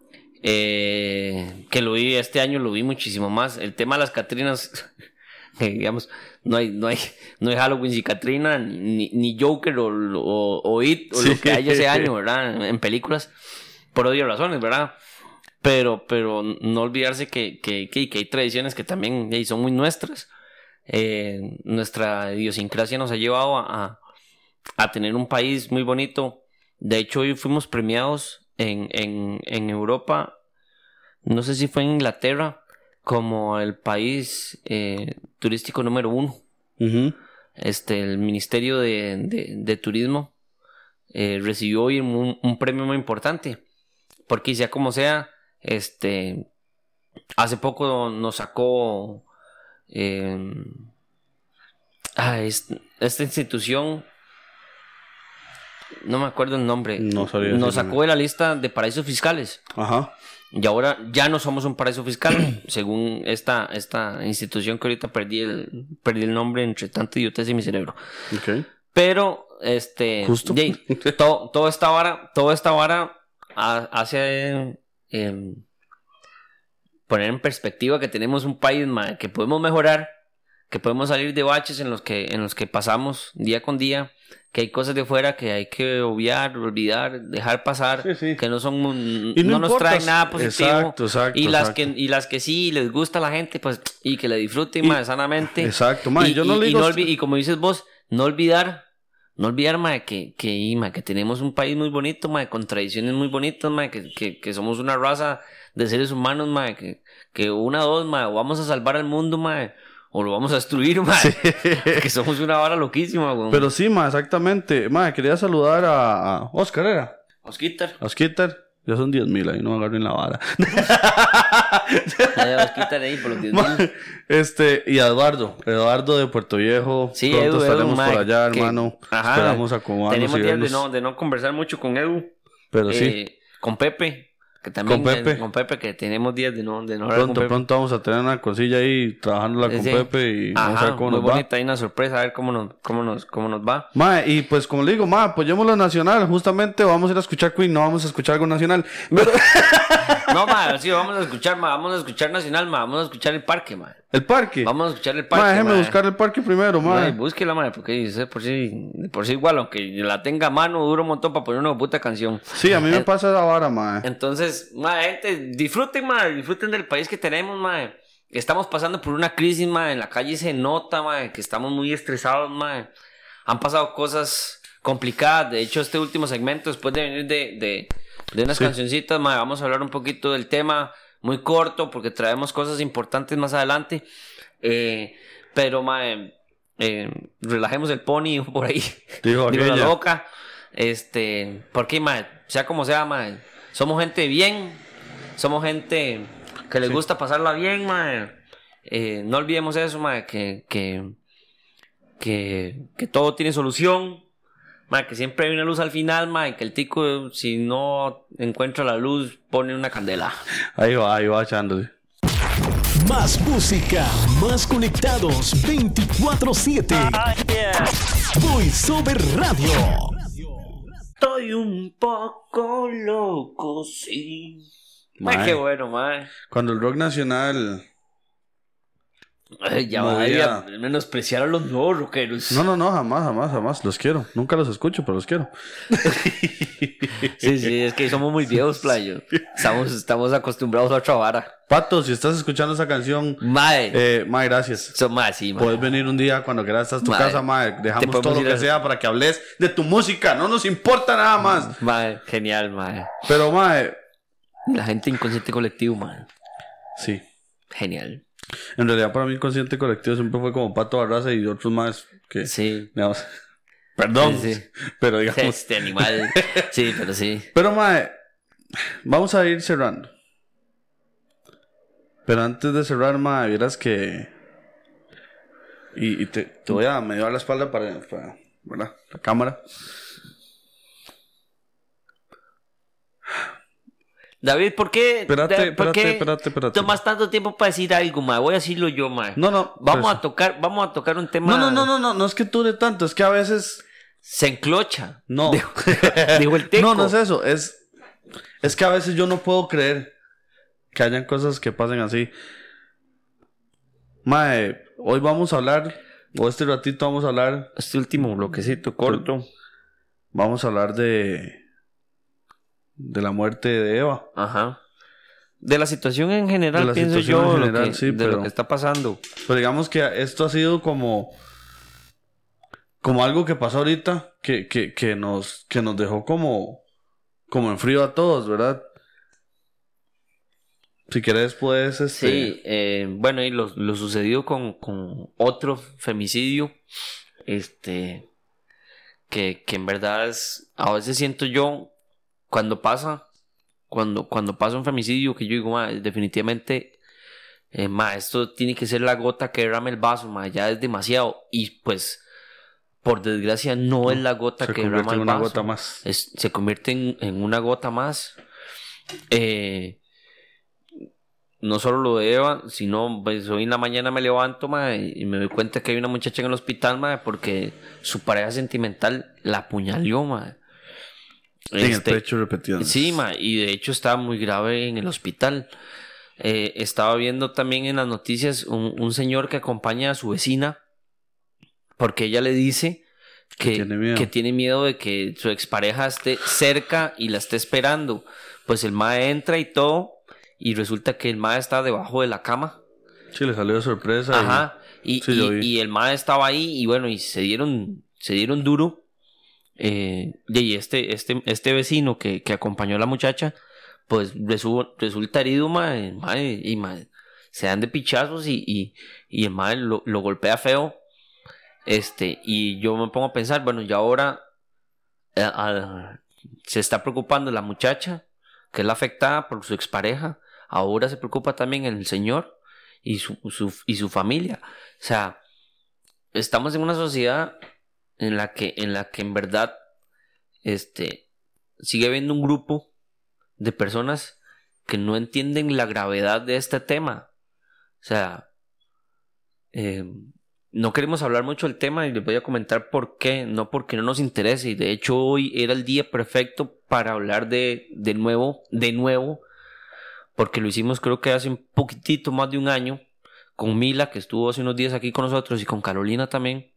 Que lo vi este año, lo vi muchísimo más. El tema de las Catrinas, digamos, no hay Halloween sin Catrina, ni Joker o It, o lo que haya ese año, ¿verdad? En películas, por obvias razones, ¿verdad? Pero no olvidarse que hay tradiciones que también son muy nuestras. Nuestra idiosincrasia nos ha llevado a tener un país muy bonito. De hecho, hoy fuimos premiados en Europa, no sé si fue en Inglaterra, como el país turístico número 1. Uh-huh. El Ministerio de Turismo recibió hoy un premio muy importante, porque sea como sea, hace poco nos sacó esta institución, no me acuerdo el nombre, no sabía nos sacó de la lista de paraísos fiscales. Ajá. Y ahora ya no somos un paraíso fiscal, según esta institución que ahorita perdí el nombre entre tanta idiotez en mi cerebro. Okay. Pero, justo. toda esta vara hace poner en perspectiva que tenemos un país, mae, que podemos mejorar, que podemos salir de baches en los que pasamos día con día, que hay cosas de fuera que hay que obviar, olvidar, dejar pasar, sí. que no son y no nos importa. traen nada positivo. Exacto, y las que sí les gusta a la gente, pues, y que le disfruten más sanamente. Exacto, mae, yo no le digo... y como dices vos, no olvidar, mae, que tenemos un país muy bonito, mae, con tradiciones muy bonitas, mae, que somos una raza de seres humanos, mae, que una o dos, mae, o vamos a salvar al mundo, mae, o lo vamos a destruir, mae. Sí. Que somos una vara loquísima, güey. Pero sí, mae, exactamente. Mae, quería saludar a Oscar, ¿era? Osquitar. Ya son 10,000, ahí no me agarren la vara. Osquitar ahí por los 10,000. Y a Eduardo de Puerto Viejo. Sí, pronto estaremos Edu, por allá, que, hermano. Ajá, esperamos acomodarnos. Tenemos días de no conversar mucho con Edu. Pero sí. Con Pepe. Que también con Pepe, que tenemos días de no hablar pronto vamos a tener una cosilla ahí trabajándola con Pepe y vamos a ver cómo nos va. Muy bonita, hay una sorpresa, a ver cómo nos va. Mae, y pues como le digo, mae, apoyemos lo nacional, justamente vamos a ir a escuchar Queen, no vamos a escuchar algo nacional. Pero... no, mae, sí, vamos a escuchar nacional, mae, vamos a escuchar el parque, mae. ¿El parque? Vamos a escuchar el parque, mae. Déjeme buscar el parque primero, mae. Búsquela, mae, porque dice por sí igual, aunque la tenga a mano, dura un montón para poner una puta canción. Sí, a mí me pasa esa vara, mae. Entonces, mae, gente, disfruten del país que tenemos, mae. Estamos pasando por una crisis, mae. En la calle se nota, mae, que estamos muy estresados, mae. Han pasado cosas complicadas. De hecho, este último segmento, después de venir de unas cancioncitas, mae, vamos a hablar un poquito del tema, muy corto, porque traemos cosas importantes más adelante. Pero, mae, relajemos el pony por ahí. Digo la loca. Porque, mae, sea como sea, mae, somos gente bien. Somos gente que les gusta pasarla bien, mae. No olvidemos eso, mae, que todo tiene solución, mae, que siempre hay una luz al final, mae, que el tico, si no encuentra la luz, pone una candela. Ahí va echándole. Más música, más conectados 24/7. Voice Over Radio. Estoy un poco loco, sí. Mae, qué bueno, mae. Cuando el rock nacional... ya va a menospreciar a los nuevos rockeros. No, jamás. Los quiero. Nunca los escucho, pero los quiero. Sí, es que somos muy viejos, playo. Estamos acostumbrados a otra vara. Pato, si estás escuchando esa canción, mae, gracias. Sí, mae. Puedes venir un día cuando quieras a tu casa, mae. Dejamos todo lo que sea para que hables de tu música. No nos importa nada más. Mae, genial, mae. Pero, mae... La gente inconsciente colectivo, mae. Sí. Genial. En realidad, para mí, inconsciente colectivo siempre fue como Pato Barraza y otros más que... Sí. Digamos, perdón, sí. Pero digamos... Este animal. Sí, pero sí. Pero, mae, vamos a ir cerrando. Pero antes de cerrar, mae, vieras que... Y te voy a medio dar la espalda para ¿verdad? La cámara. David, ¿por qué? Espérate. Tomas tanto tiempo para decir algo, mae. Voy a decirlo yo, mae. No. Vamos a tocar un tema. No es que dure tanto, es que a veces Se enclocha. No. Dijo el teco. No es eso. Es que a veces yo no puedo creer que hayan cosas que pasen así. Mae, hoy vamos a hablar, o este ratito vamos a hablar. Este último bloquecito corto. Vamos a hablar de la muerte de Eva. Ajá. De la situación en general, De la pienso situación yo, en general, sí, de lo que está pasando. Pero digamos que esto ha sido como algo que pasó ahorita que nos dejó como en frío a todos, ¿verdad? Si quieres puedes Sí, bueno, y lo sucedido con otro femicidio, que en verdad a veces siento yo cuando pasa un femicidio, que yo digo, definitivamente, esto tiene que ser la gota que derrame el vaso, ya es demasiado, y pues por desgracia no es la gota que derrama el vaso. Se convierte en una gota más. Se convierte en una gota más. No solo lo de Eva, sino pues, hoy en la mañana me levanto y me doy cuenta que hay una muchacha en el hospital porque su pareja sentimental la apuñaló. En el pecho repetido. Sí, y de hecho estaba muy grave en el hospital. Estaba viendo también en las noticias un señor que acompaña a su vecina porque ella le dice que tiene miedo de que su expareja esté cerca y la esté esperando. Pues el mae entra y todo. Y resulta que el mae estaba debajo de la cama. Sí, le salió de sorpresa. Ajá. Y el mae estaba ahí. Y bueno, y se dieron duro. Y este vecino que acompañó a la muchacha, pues resulta herido, y se dan de pichazos. Y el mae lo golpea feo. Y yo me pongo a pensar, bueno, y ahora se está preocupando la muchacha, que es la afectada por su expareja. Ahora se preocupa también el señor y su familia. O sea, estamos en una sociedad en la que en verdad sigue habiendo un grupo de personas que no entienden la gravedad de este tema. O sea, no queremos hablar mucho del tema y les voy a comentar por qué. No porque no nos interese. Y de hecho hoy era el día perfecto para hablar de nuevo. Porque lo hicimos creo que hace un poquitito más de un año. Con Mila, que estuvo hace unos días aquí con nosotros. Y con Carolina también.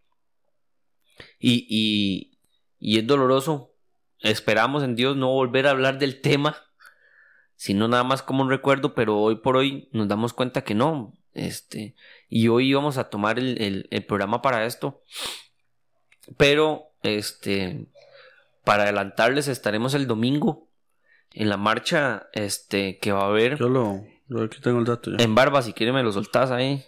Y es doloroso. Esperamos en Dios no volver a hablar del tema. Sino nada más como un recuerdo. Pero hoy por hoy nos damos cuenta que no. Y hoy vamos a tomar el programa para esto. Pero para adelantarles, estaremos el domingo en la marcha que va a haber. Yo aquí tengo el dato ya. En Barba, si quieren me lo soltás ahí.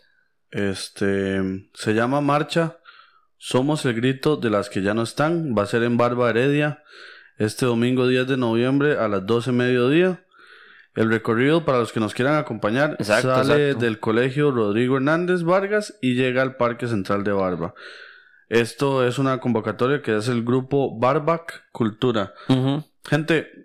Se llama Marcha Somos el Grito de las que ya no están. Va a ser en Barba Heredia este domingo 10 de noviembre a las 12 mediodía. El recorrido, para los que nos quieran acompañar, sale del Colegio Rodrigo Hernández Vargas y llega al Parque Central de Barba. Esto es una convocatoria que es el grupo Barbac Cultura. Uh-huh. Gente,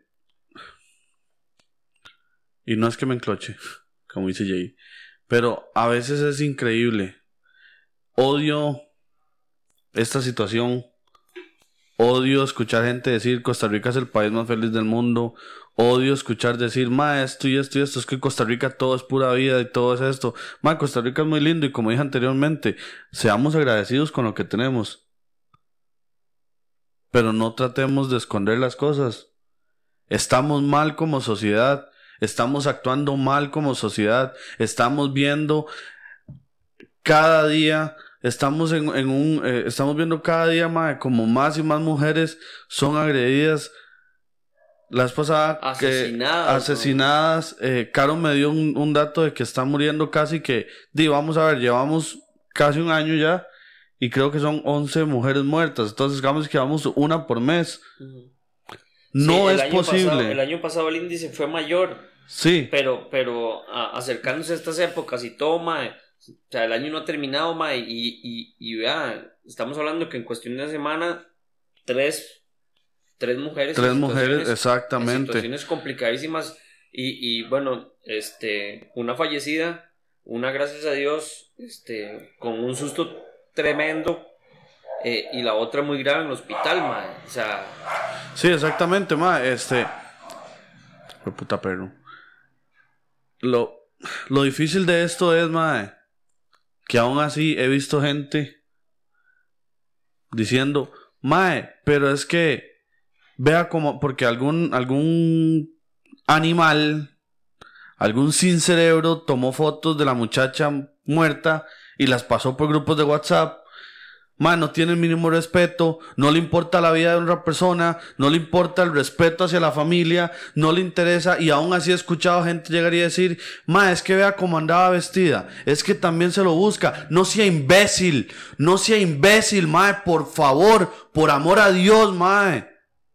y no es que me encloche, como dice Jay, pero a veces es increíble. Odio esta situación. Odio escuchar gente decir Costa Rica es el país más feliz del mundo. Odio escuchar decir, esto y esto y esto. Es que Costa Rica todo es pura vida y todo es esto. Costa Rica es muy lindo y como dije anteriormente, seamos agradecidos con lo que tenemos. Pero no tratemos de esconder las cosas. Estamos mal como sociedad. Estamos actuando mal como sociedad. Estamos viendo cada día... Estamos estamos viendo cada día, como más y más mujeres son agredidas. La vez pasada asesinadas. Caro me dio un dato de que está muriendo casi que... vamos a ver, llevamos casi un año ya y creo que son 11 mujeres muertas. Entonces digamos que vamos una por mes. Uh-huh. No es posible. El año pasado el índice fue mayor. Sí. Pero acercándose a estas épocas y todo, o sea, el año no ha terminado, y vea, estamos hablando que en cuestión de una semana, tres mujeres. Tres mujeres, exactamente. En situaciones complicadísimas. Y bueno, una fallecida, una gracias a Dios, con un susto tremendo. y la otra muy grave en el hospital, mae. O sea... Sí, exactamente, mae. Puta perro. Lo difícil de esto es, mae, que aún así he visto gente diciendo, mae, pero es que vea como, porque algún animal, algún sin cerebro tomó fotos de la muchacha muerta y las pasó por grupos de WhatsApp. Man, no tiene el mínimo respeto, no le importa la vida de otra persona, no le importa el respeto hacia la familia, no le interesa, y aún así he escuchado gente llegar y decir, ma, es que vea cómo andaba vestida, es que también se lo busca, no sea imbécil, ma, por favor, por amor a Dios, ma.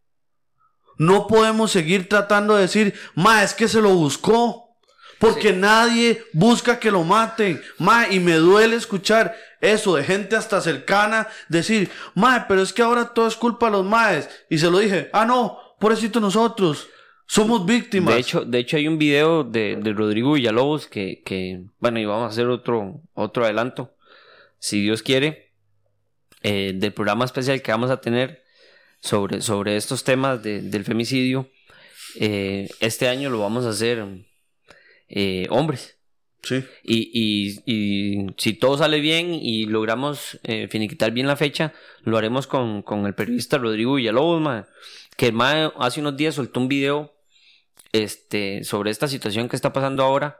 No podemos seguir tratando de decir, ma, es que se lo buscó. Porque nadie busca que lo maten. Mae, y me duele escuchar eso de gente hasta cercana decir, mae, pero es que ahora todo es culpa de los maes. Y se lo dije, no, pobrecito nosotros, somos víctimas. De hecho hay un video de Rodrigo Villalobos que bueno, y vamos a hacer otro adelanto, si Dios quiere, del programa especial que vamos a tener sobre estos temas del femicidio. Este año lo vamos a hacer... hombres. Sí. Y si todo sale bien y logramos finiquitar bien la fecha, lo haremos con el periodista Rodrigo Villalobos, mae, que el mae hace unos días soltó un video sobre esta situación que está pasando ahora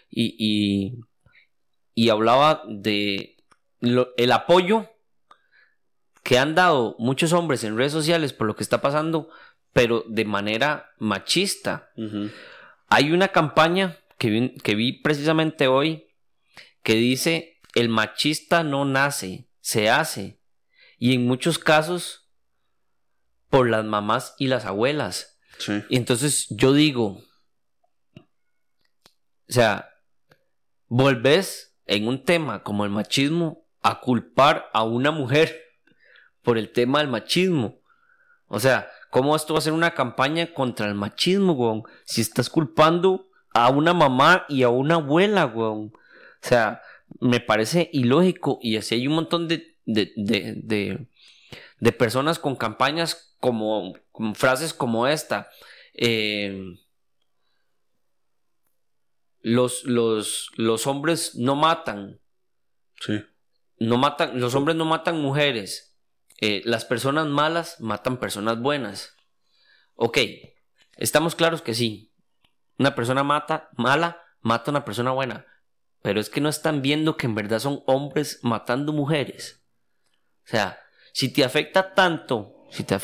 y hablaba de el apoyo que han dado muchos hombres en redes sociales por lo que está pasando, pero de manera machista. Uh-huh. Hay una campaña que vi precisamente hoy, que dice, el machista no nace, se hace. Y en muchos casos, por las mamás y las abuelas. Sí. Y entonces yo digo, o sea, volvés en un tema como el machismo a culpar a una mujer por el tema del machismo. O sea, ¿cómo esto va a ser una campaña contra el machismo, weón? Si estás culpando a una mamá y a una abuela, weón. O sea, me parece ilógico. Y así hay un montón de personas con campañas con frases como esta. Los hombres no matan. Sí. Los hombres no matan mujeres. Las personas malas matan personas buenas. Ok, estamos claros que sí. Una persona mala mata a una persona buena. Pero es que no están viendo que en verdad son hombres matando mujeres. O sea, si te afecta tanto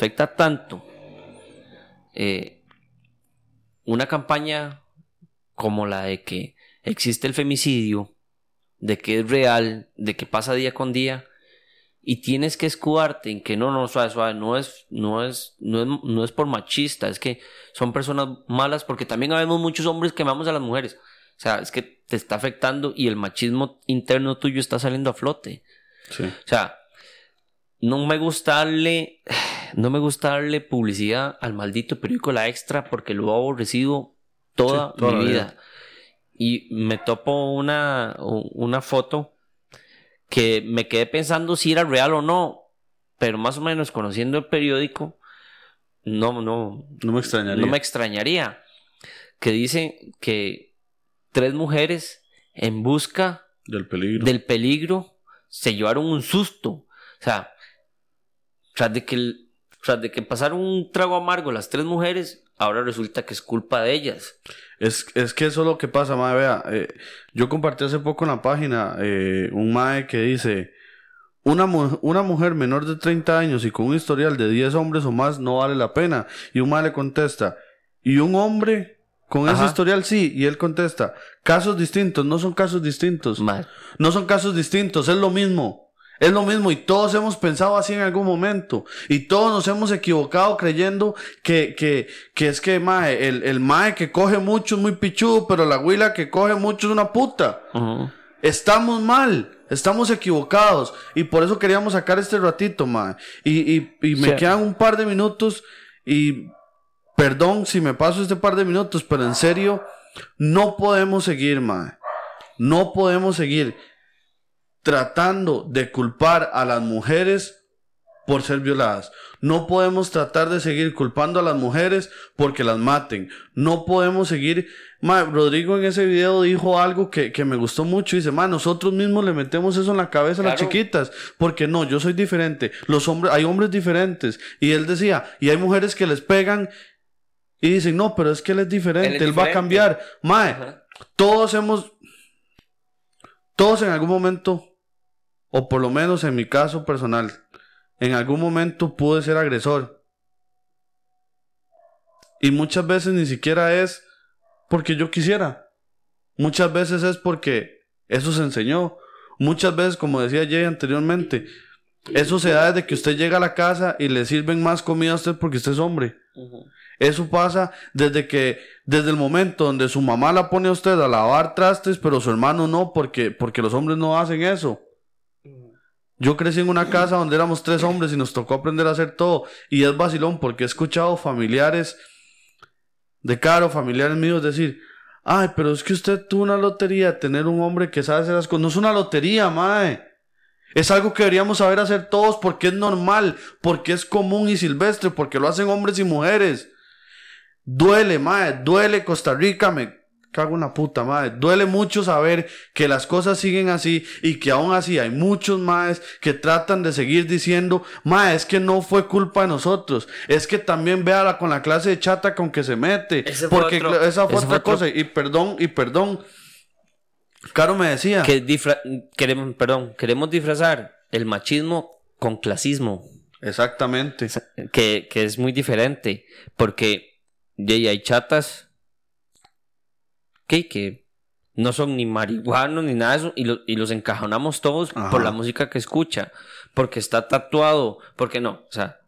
una campaña como la de que existe el femicidio, de que es real, de que pasa día con día, y tienes que escudarte en que suave, no es por machista, es que son personas malas, porque también habemos muchos hombres que amamos a las mujeres. O sea, es que te está afectando y el machismo interno tuyo está saliendo a flote. Sí. O sea, no me gusta darle publicidad al maldito periódico La Extra porque lo he aborrecido toda mi vida. Y me topo una foto que me quedé pensando si era real o no, pero más o menos conociendo el periódico, no me extrañaría. Que dice que 3 mujeres en busca del peligro se llevaron un susto. O sea, tras de que pasaron un trago amargo las 3 mujeres, ahora resulta que es culpa de ellas. Es que eso es lo que pasa, mae, vea. Yo compartí hace poco en la página un mae que dice, una mujer menor de 30 años y con un historial de 10 hombres o más no vale la pena. Y un mae le contesta, ¿y un hombre con ese historial sí? Y él contesta, casos distintos, no son casos distintos. Mal. No son casos distintos, es lo mismo. Es lo mismo y todos hemos pensado así en algún momento. Y todos nos hemos equivocado creyendo que es que mae, el mae que coge mucho es muy pichudo, pero la güila que coge mucho es una puta. Uh-huh. Estamos mal, estamos equivocados. Y por eso queríamos sacar este ratito, mae. Y me quedan un par de minutos y perdón si me paso este par de minutos, pero en serio, no podemos seguir, mae. No podemos seguir tratando de culpar a las mujeres por ser violadas. No podemos tratar de seguir culpando a las mujeres porque las maten. No podemos seguir... Rodrigo en ese video dijo algo que me gustó mucho. Dice, nosotros mismos le metemos eso en la cabeza a las chiquitas. Porque no, yo soy diferente. Hay hombres diferentes. Y él decía, y hay mujeres que les pegan y dicen, no, pero es que él es diferente. Él va a cambiar. Todos en algún momento, o por lo menos en mi caso personal, en algún momento pude ser agresor. Y muchas veces ni siquiera es porque yo quisiera. Muchas veces es porque eso se enseñó. Muchas veces, como decía Jay anteriormente, eso se da desde que usted llega a la casa y le sirven más comida a usted porque usted es hombre. Eso pasa desde el momento donde su mamá la pone a usted a lavar trastes, pero su hermano no, porque los hombres no hacen eso. Yo crecí en una casa donde éramos 3 hombres y nos tocó aprender a hacer todo. Y es vacilón porque he escuchado familiares de Caro, familiares míos decir, ay, pero es que usted tuvo una lotería, tener un hombre que sabe hacer las cosas. No es una lotería, mae. Es algo que deberíamos saber hacer todos porque es normal, porque es común y silvestre, porque lo hacen hombres y mujeres. Duele, mae, duele Costa Rica, me cago en la puta, madre. Duele mucho saber que las cosas siguen así y que aún así hay muchos maes que tratan de seguir diciendo, mae, es que no fue culpa de nosotros. Es que también véala con la clase de chata con que se mete. Porque esa fue otra cosa. Y perdón. Caro me decía. Queremos disfrazar el machismo con clasismo. Exactamente. Que es muy diferente. Porque hay chatas que no son ni marihuanos ni nada de eso y los encajonamos todos. Ajá. Por la música que escucha, porque está tatuado, porque no, o sea,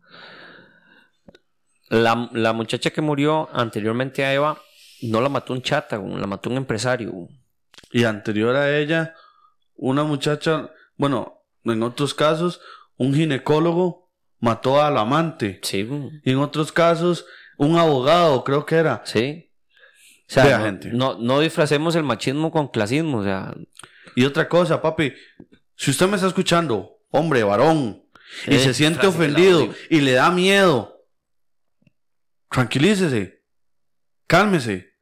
la muchacha que murió anteriormente a Eva no la mató un chata, la mató un empresario. Y anterior a ella, una muchacha, bueno, en otros casos, un ginecólogo mató al amante. Sí. Y en otros casos, un abogado, creo que era. Sí. O sea, no disfracemos el machismo con clasismo, o sea. Y otra cosa, papi, si usted me está escuchando, hombre, varón, y se siente ofendido y le da miedo, tranquilícese, cálmese.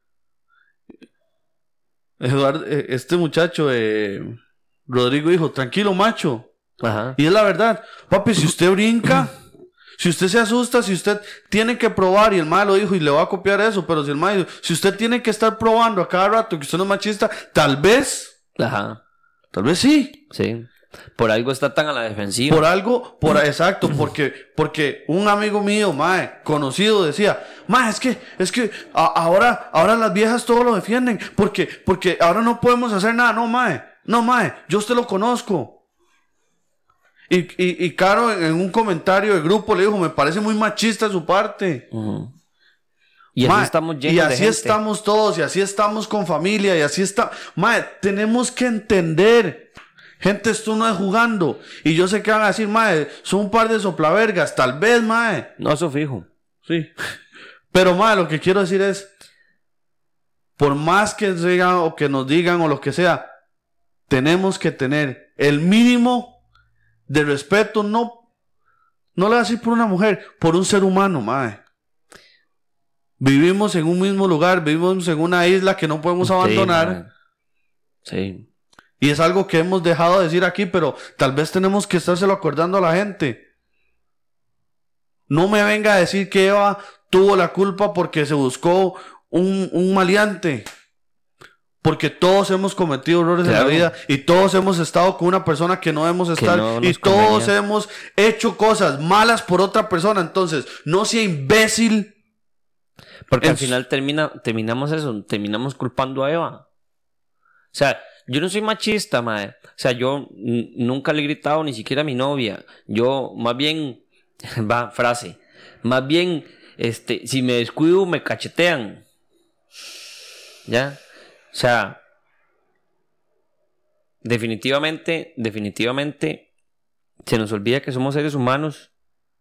Eduardo, este muchacho, Rodrigo dijo, tranquilo, macho. Ajá. Y es la verdad, papi, si usted brinca... Si usted se asusta, si usted tiene que probar, y el mae lo dijo y le va a copiar eso, pero si el mae dijo, si usted tiene que estar probando a cada rato que usted no es machista, tal vez. Ajá. Tal vez sí. Sí. Por algo está tan a la defensiva. Exacto, porque un amigo mío, mae, conocido, decía, mae, es que ahora las viejas todo lo defienden, porque ahora no podemos hacer nada. No, mae, yo usted lo conozco. Y Caro en un comentario de grupo le dijo, me parece muy machista su parte. Uh-huh. Y así estamos llenos y así de gente. Estamos todos, y así estamos con familia, y así está. Mae, tenemos que entender. Gente, esto no es jugando. Y yo sé que van a decir, mae, son un par de soplavergas. Tal vez, mae. No, eso fijo. Sí. Pero, mae, lo que quiero decir es, por más que digan o que nos digan o lo que sea, tenemos que tener el mínimo de respeto, no le voy a decir por una mujer, por un ser humano, mae. Vivimos en un mismo lugar, vivimos en una isla que no podemos abandonar. Sí. Y es algo que hemos dejado de decir aquí, pero tal vez tenemos que estárselo acordando a la gente. No me venga a decir que Eva tuvo la culpa porque se buscó un maleante. Porque todos hemos cometido errores en la vida y todos hemos estado con una persona que no debemos estar y todos hemos hecho cosas malas por otra persona. Entonces, no sea imbécil. Porque al final terminamos culpando a Eva. O sea, yo no soy machista, mae. O sea, yo nunca le he gritado ni siquiera a mi novia. Yo, más bien, más bien, si me descuido me cachetean. ¿Ya? O sea, definitivamente se nos olvida que somos seres humanos,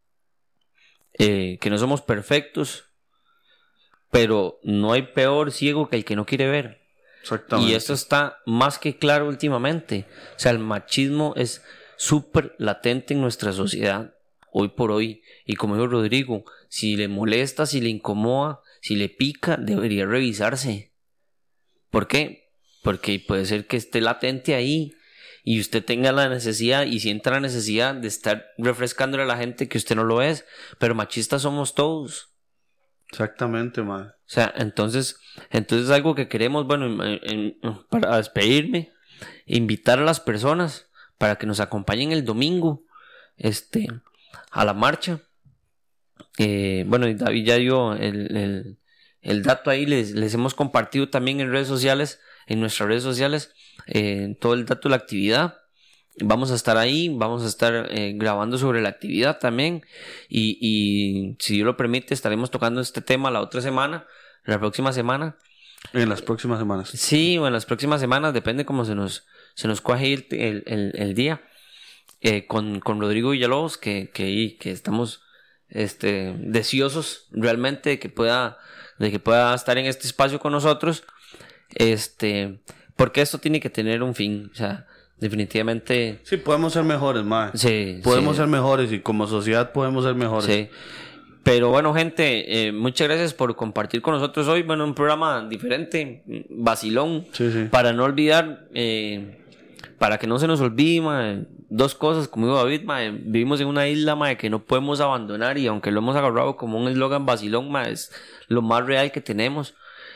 que no somos perfectos, pero no hay peor ciego que el que no quiere ver. Exactamente. Y eso está más que claro últimamente. O sea, el machismo es súper latente en nuestra sociedad. hoy por hoy. Y como dijo Rodrigo, si le molesta, si le incomoda, si le pica, debería revisarse. ¿Por qué? Porque puede ser que esté latente ahí y usted tenga la necesidad y sienta la necesidad de estar refrescándole a la gente que usted no lo es. Pero machistas somos todos. Exactamente, mae. O sea, entonces algo que queremos, bueno, para despedirme, invitar a las personas para que nos acompañen el domingo, a la marcha. Bueno, David ya dio el dato ahí, les hemos compartido también en redes sociales, en nuestras redes sociales, todo el dato de la actividad. Vamos a estar ahí, vamos a estar grabando sobre la actividad también y si Dios lo permite estaremos tocando este tema la próxima semana. En las próximas semanas. Sí, o en las próximas semanas, depende cómo se nos cuaje el día. Con Rodrigo Villalobos, que estamos deseosos realmente de que pueda estar en este espacio con nosotros. Porque esto tiene que tener un fin, o sea, definitivamente. Sí, podemos ser mejores, mae. Sí, podemos ser mejores y como sociedad podemos ser mejores. Sí. Pero bueno, gente, muchas gracias por compartir con nosotros hoy. Bueno, un programa diferente, vacilón. Sí. Para no olvidar, para que no se nos olvide, mae, dos cosas, como dijo David, mae, vivimos en una isla, mae, que no podemos abandonar y aunque lo hemos agarrado como un eslogan vacilón, mae, es lo más real que tenemos.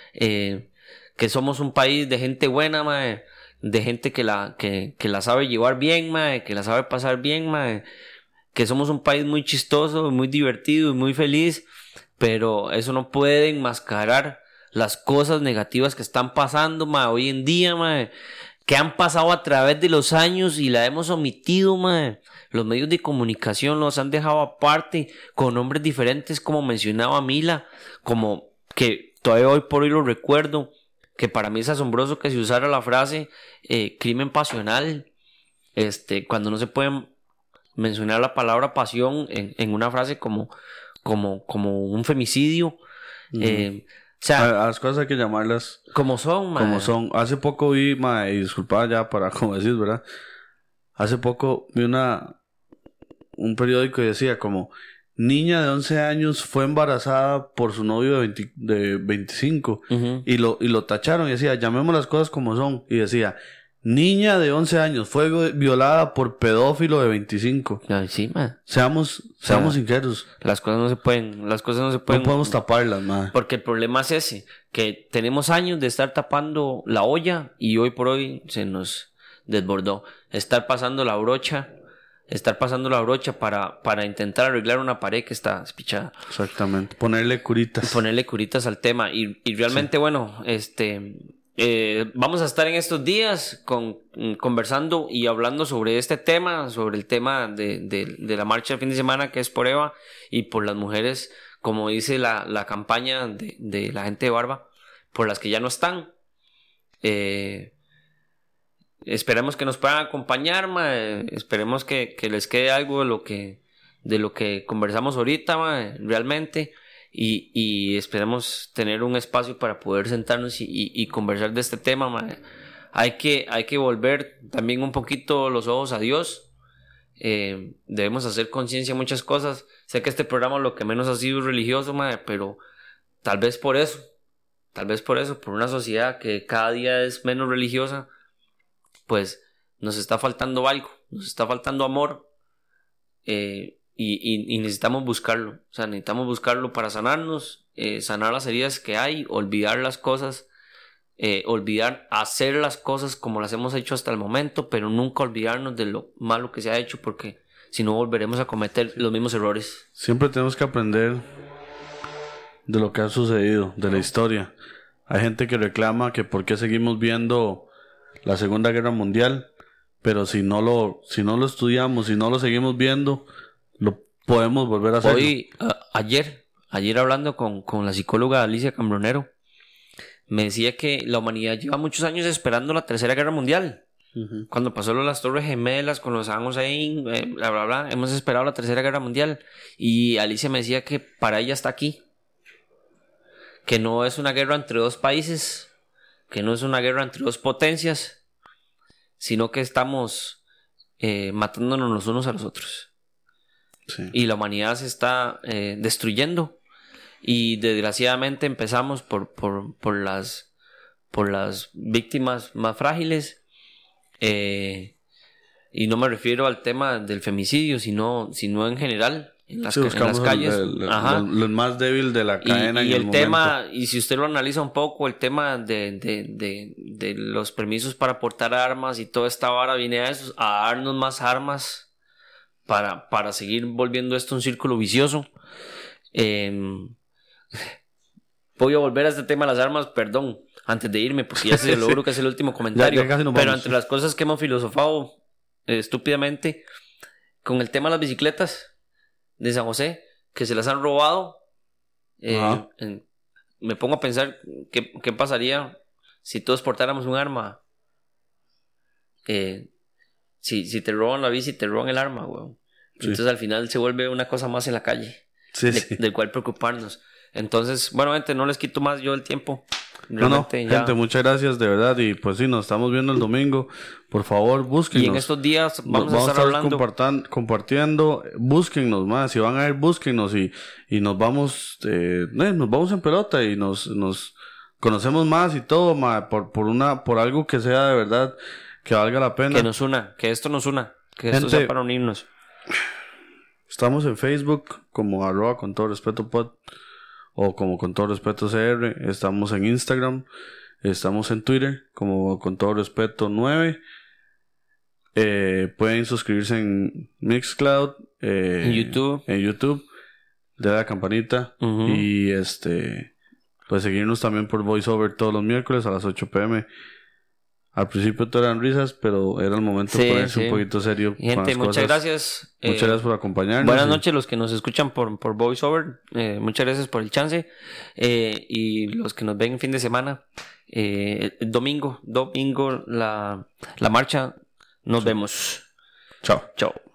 Que somos un país de gente buena, mae, de gente que la sabe llevar bien, mae, que la sabe pasar bien, mae, que somos un país muy chistoso, muy divertido y muy feliz, pero eso no puede enmascarar las cosas negativas que están pasando, mae, hoy en día, mae, que han pasado a través de los años y la hemos omitido, mae. Los medios de comunicación los han dejado aparte con nombres diferentes, como mencionaba Mila, como que todavía hoy por hoy lo recuerdo, que para mí es asombroso que se usara la frase crimen pasional, cuando no se puede mencionar la palabra pasión en una frase como un femicidio. O sea, a las cosas hay que llamarlas como son, mae. Como son. Hace poco vi, mae, y disculpa ya para como decir, ¿verdad? Hace poco vi un periódico y decía como niña de 11 años fue embarazada por su novio de 25 Uh-huh. y lo tacharon y decía, llamemos las cosas como son, y decía, niña de 11 años fue violada por pedófilo de 25. Ay, sí, mae. Seamos sinceros. Las cosas no se pueden. No podemos taparlas, mae. Porque el problema es ese, que tenemos años de estar tapando la olla y hoy por hoy se nos desbordó. Estar pasando la brocha para intentar arreglar una pared que está despichada. Exactamente. Ponerle curitas al tema. Y realmente, sí. Bueno, vamos a estar en estos días conversando y hablando sobre este tema, sobre el tema de la marcha del fin de semana, que es por Eva y por las mujeres, como dice la campaña de la gente de barba, por las que ya no están. Esperemos que nos puedan acompañar, esperemos que les quede algo de lo que conversamos ahorita, realmente, y esperemos tener un espacio para poder sentarnos y conversar de este tema. Hay que volver también un poquito los ojos a Dios. Debemos hacer conciencia en muchas cosas. Sé que este programa lo que menos ha sido religioso, pero tal vez por eso, por una sociedad que cada día es menos religiosa, pues nos está faltando algo, nos está faltando amor, y necesitamos buscarlo. O sea, necesitamos buscarlo para sanarnos, sanar las heridas que hay, olvidar las cosas, olvidar hacer las cosas como las hemos hecho hasta el momento, pero nunca olvidarnos de lo malo que se ha hecho, porque si no volveremos a cometer los mismos errores. Siempre tenemos que aprender de lo que ha sucedido, de la historia. Hay gente que reclama que por qué seguimos viendo la Segunda Guerra Mundial, pero si no lo estudiamos, si no lo seguimos viendo, lo podemos volver a hacer. Hoy, ayer hablando con la psicóloga Alicia Cambronero, me decía que la humanidad lleva muchos años esperando la Tercera Guerra Mundial. Uh-huh. Cuando pasó las Torres Gemelas con los Saddam Hussein, bla bla bla, hemos esperado la Tercera Guerra Mundial, y Alicia me decía que para ella está aquí, que no es una guerra entre dos países, que no es una guerra entre dos potencias, sino que estamos matándonos los unos a los otros. Sí. y la humanidad se está destruyendo. Y desgraciadamente empezamos por las víctimas más frágiles. Y no me refiero al tema del femicidio, sino en general, en las calles. Lo más débil de la cadena. Y en el tema, y si usted lo analiza un poco, el tema de los permisos para portar armas y toda esta vara viene a eso, a darnos más armas para seguir volviendo esto un círculo vicioso. Voy a volver a este tema de las armas, perdón, antes de irme, porque ya se logro que es el último comentario. Ya casi nos pero vamos. entre las cosas que hemos filosofado estúpidamente, con el tema de las bicicletas de San José, que se las han robado, me pongo a pensar qué pasaría si todos portáramos un arma. Si te roban la bici, te roban el arma, weón. Sí. Entonces al final se vuelve una cosa más en la calle, Sí. del cual preocuparnos. Entonces, bueno, gente, no les quito más yo el tiempo. No, gente, muchas gracias, de verdad. Y pues sí, nos estamos viendo el domingo. Por favor, búsquenos. Y en estos días vamos a estar hablando. Compartiendo, búsquennos más. Si van a ir, búsquennos y nos vamos en pelota y nos conocemos más y todo, por algo que sea de verdad, que valga la pena. Que nos una, que esto nos una, que esto Gente, sea para unirnos. Estamos en Facebook como @ con todo respeto pod o como con todo respeto CR. Estamos en Instagram, estamos en Twitter como con todo respeto 9. Pueden suscribirse en Mixcloud, En YouTube, de la campanita. Uh-huh. Y pues seguirnos también por VoiceOver todos los miércoles a las 8 p.m. Al principio todo eran risas, pero era el momento de ponerse un poquito serio. Gente, muchas gracias. Muchas gracias por acompañarnos. Buenas noches los que nos escuchan por VoiceOver. Muchas gracias por el chance. Y los que nos ven en fin de semana. Domingo la marcha. Nos vemos. Chao. Chao.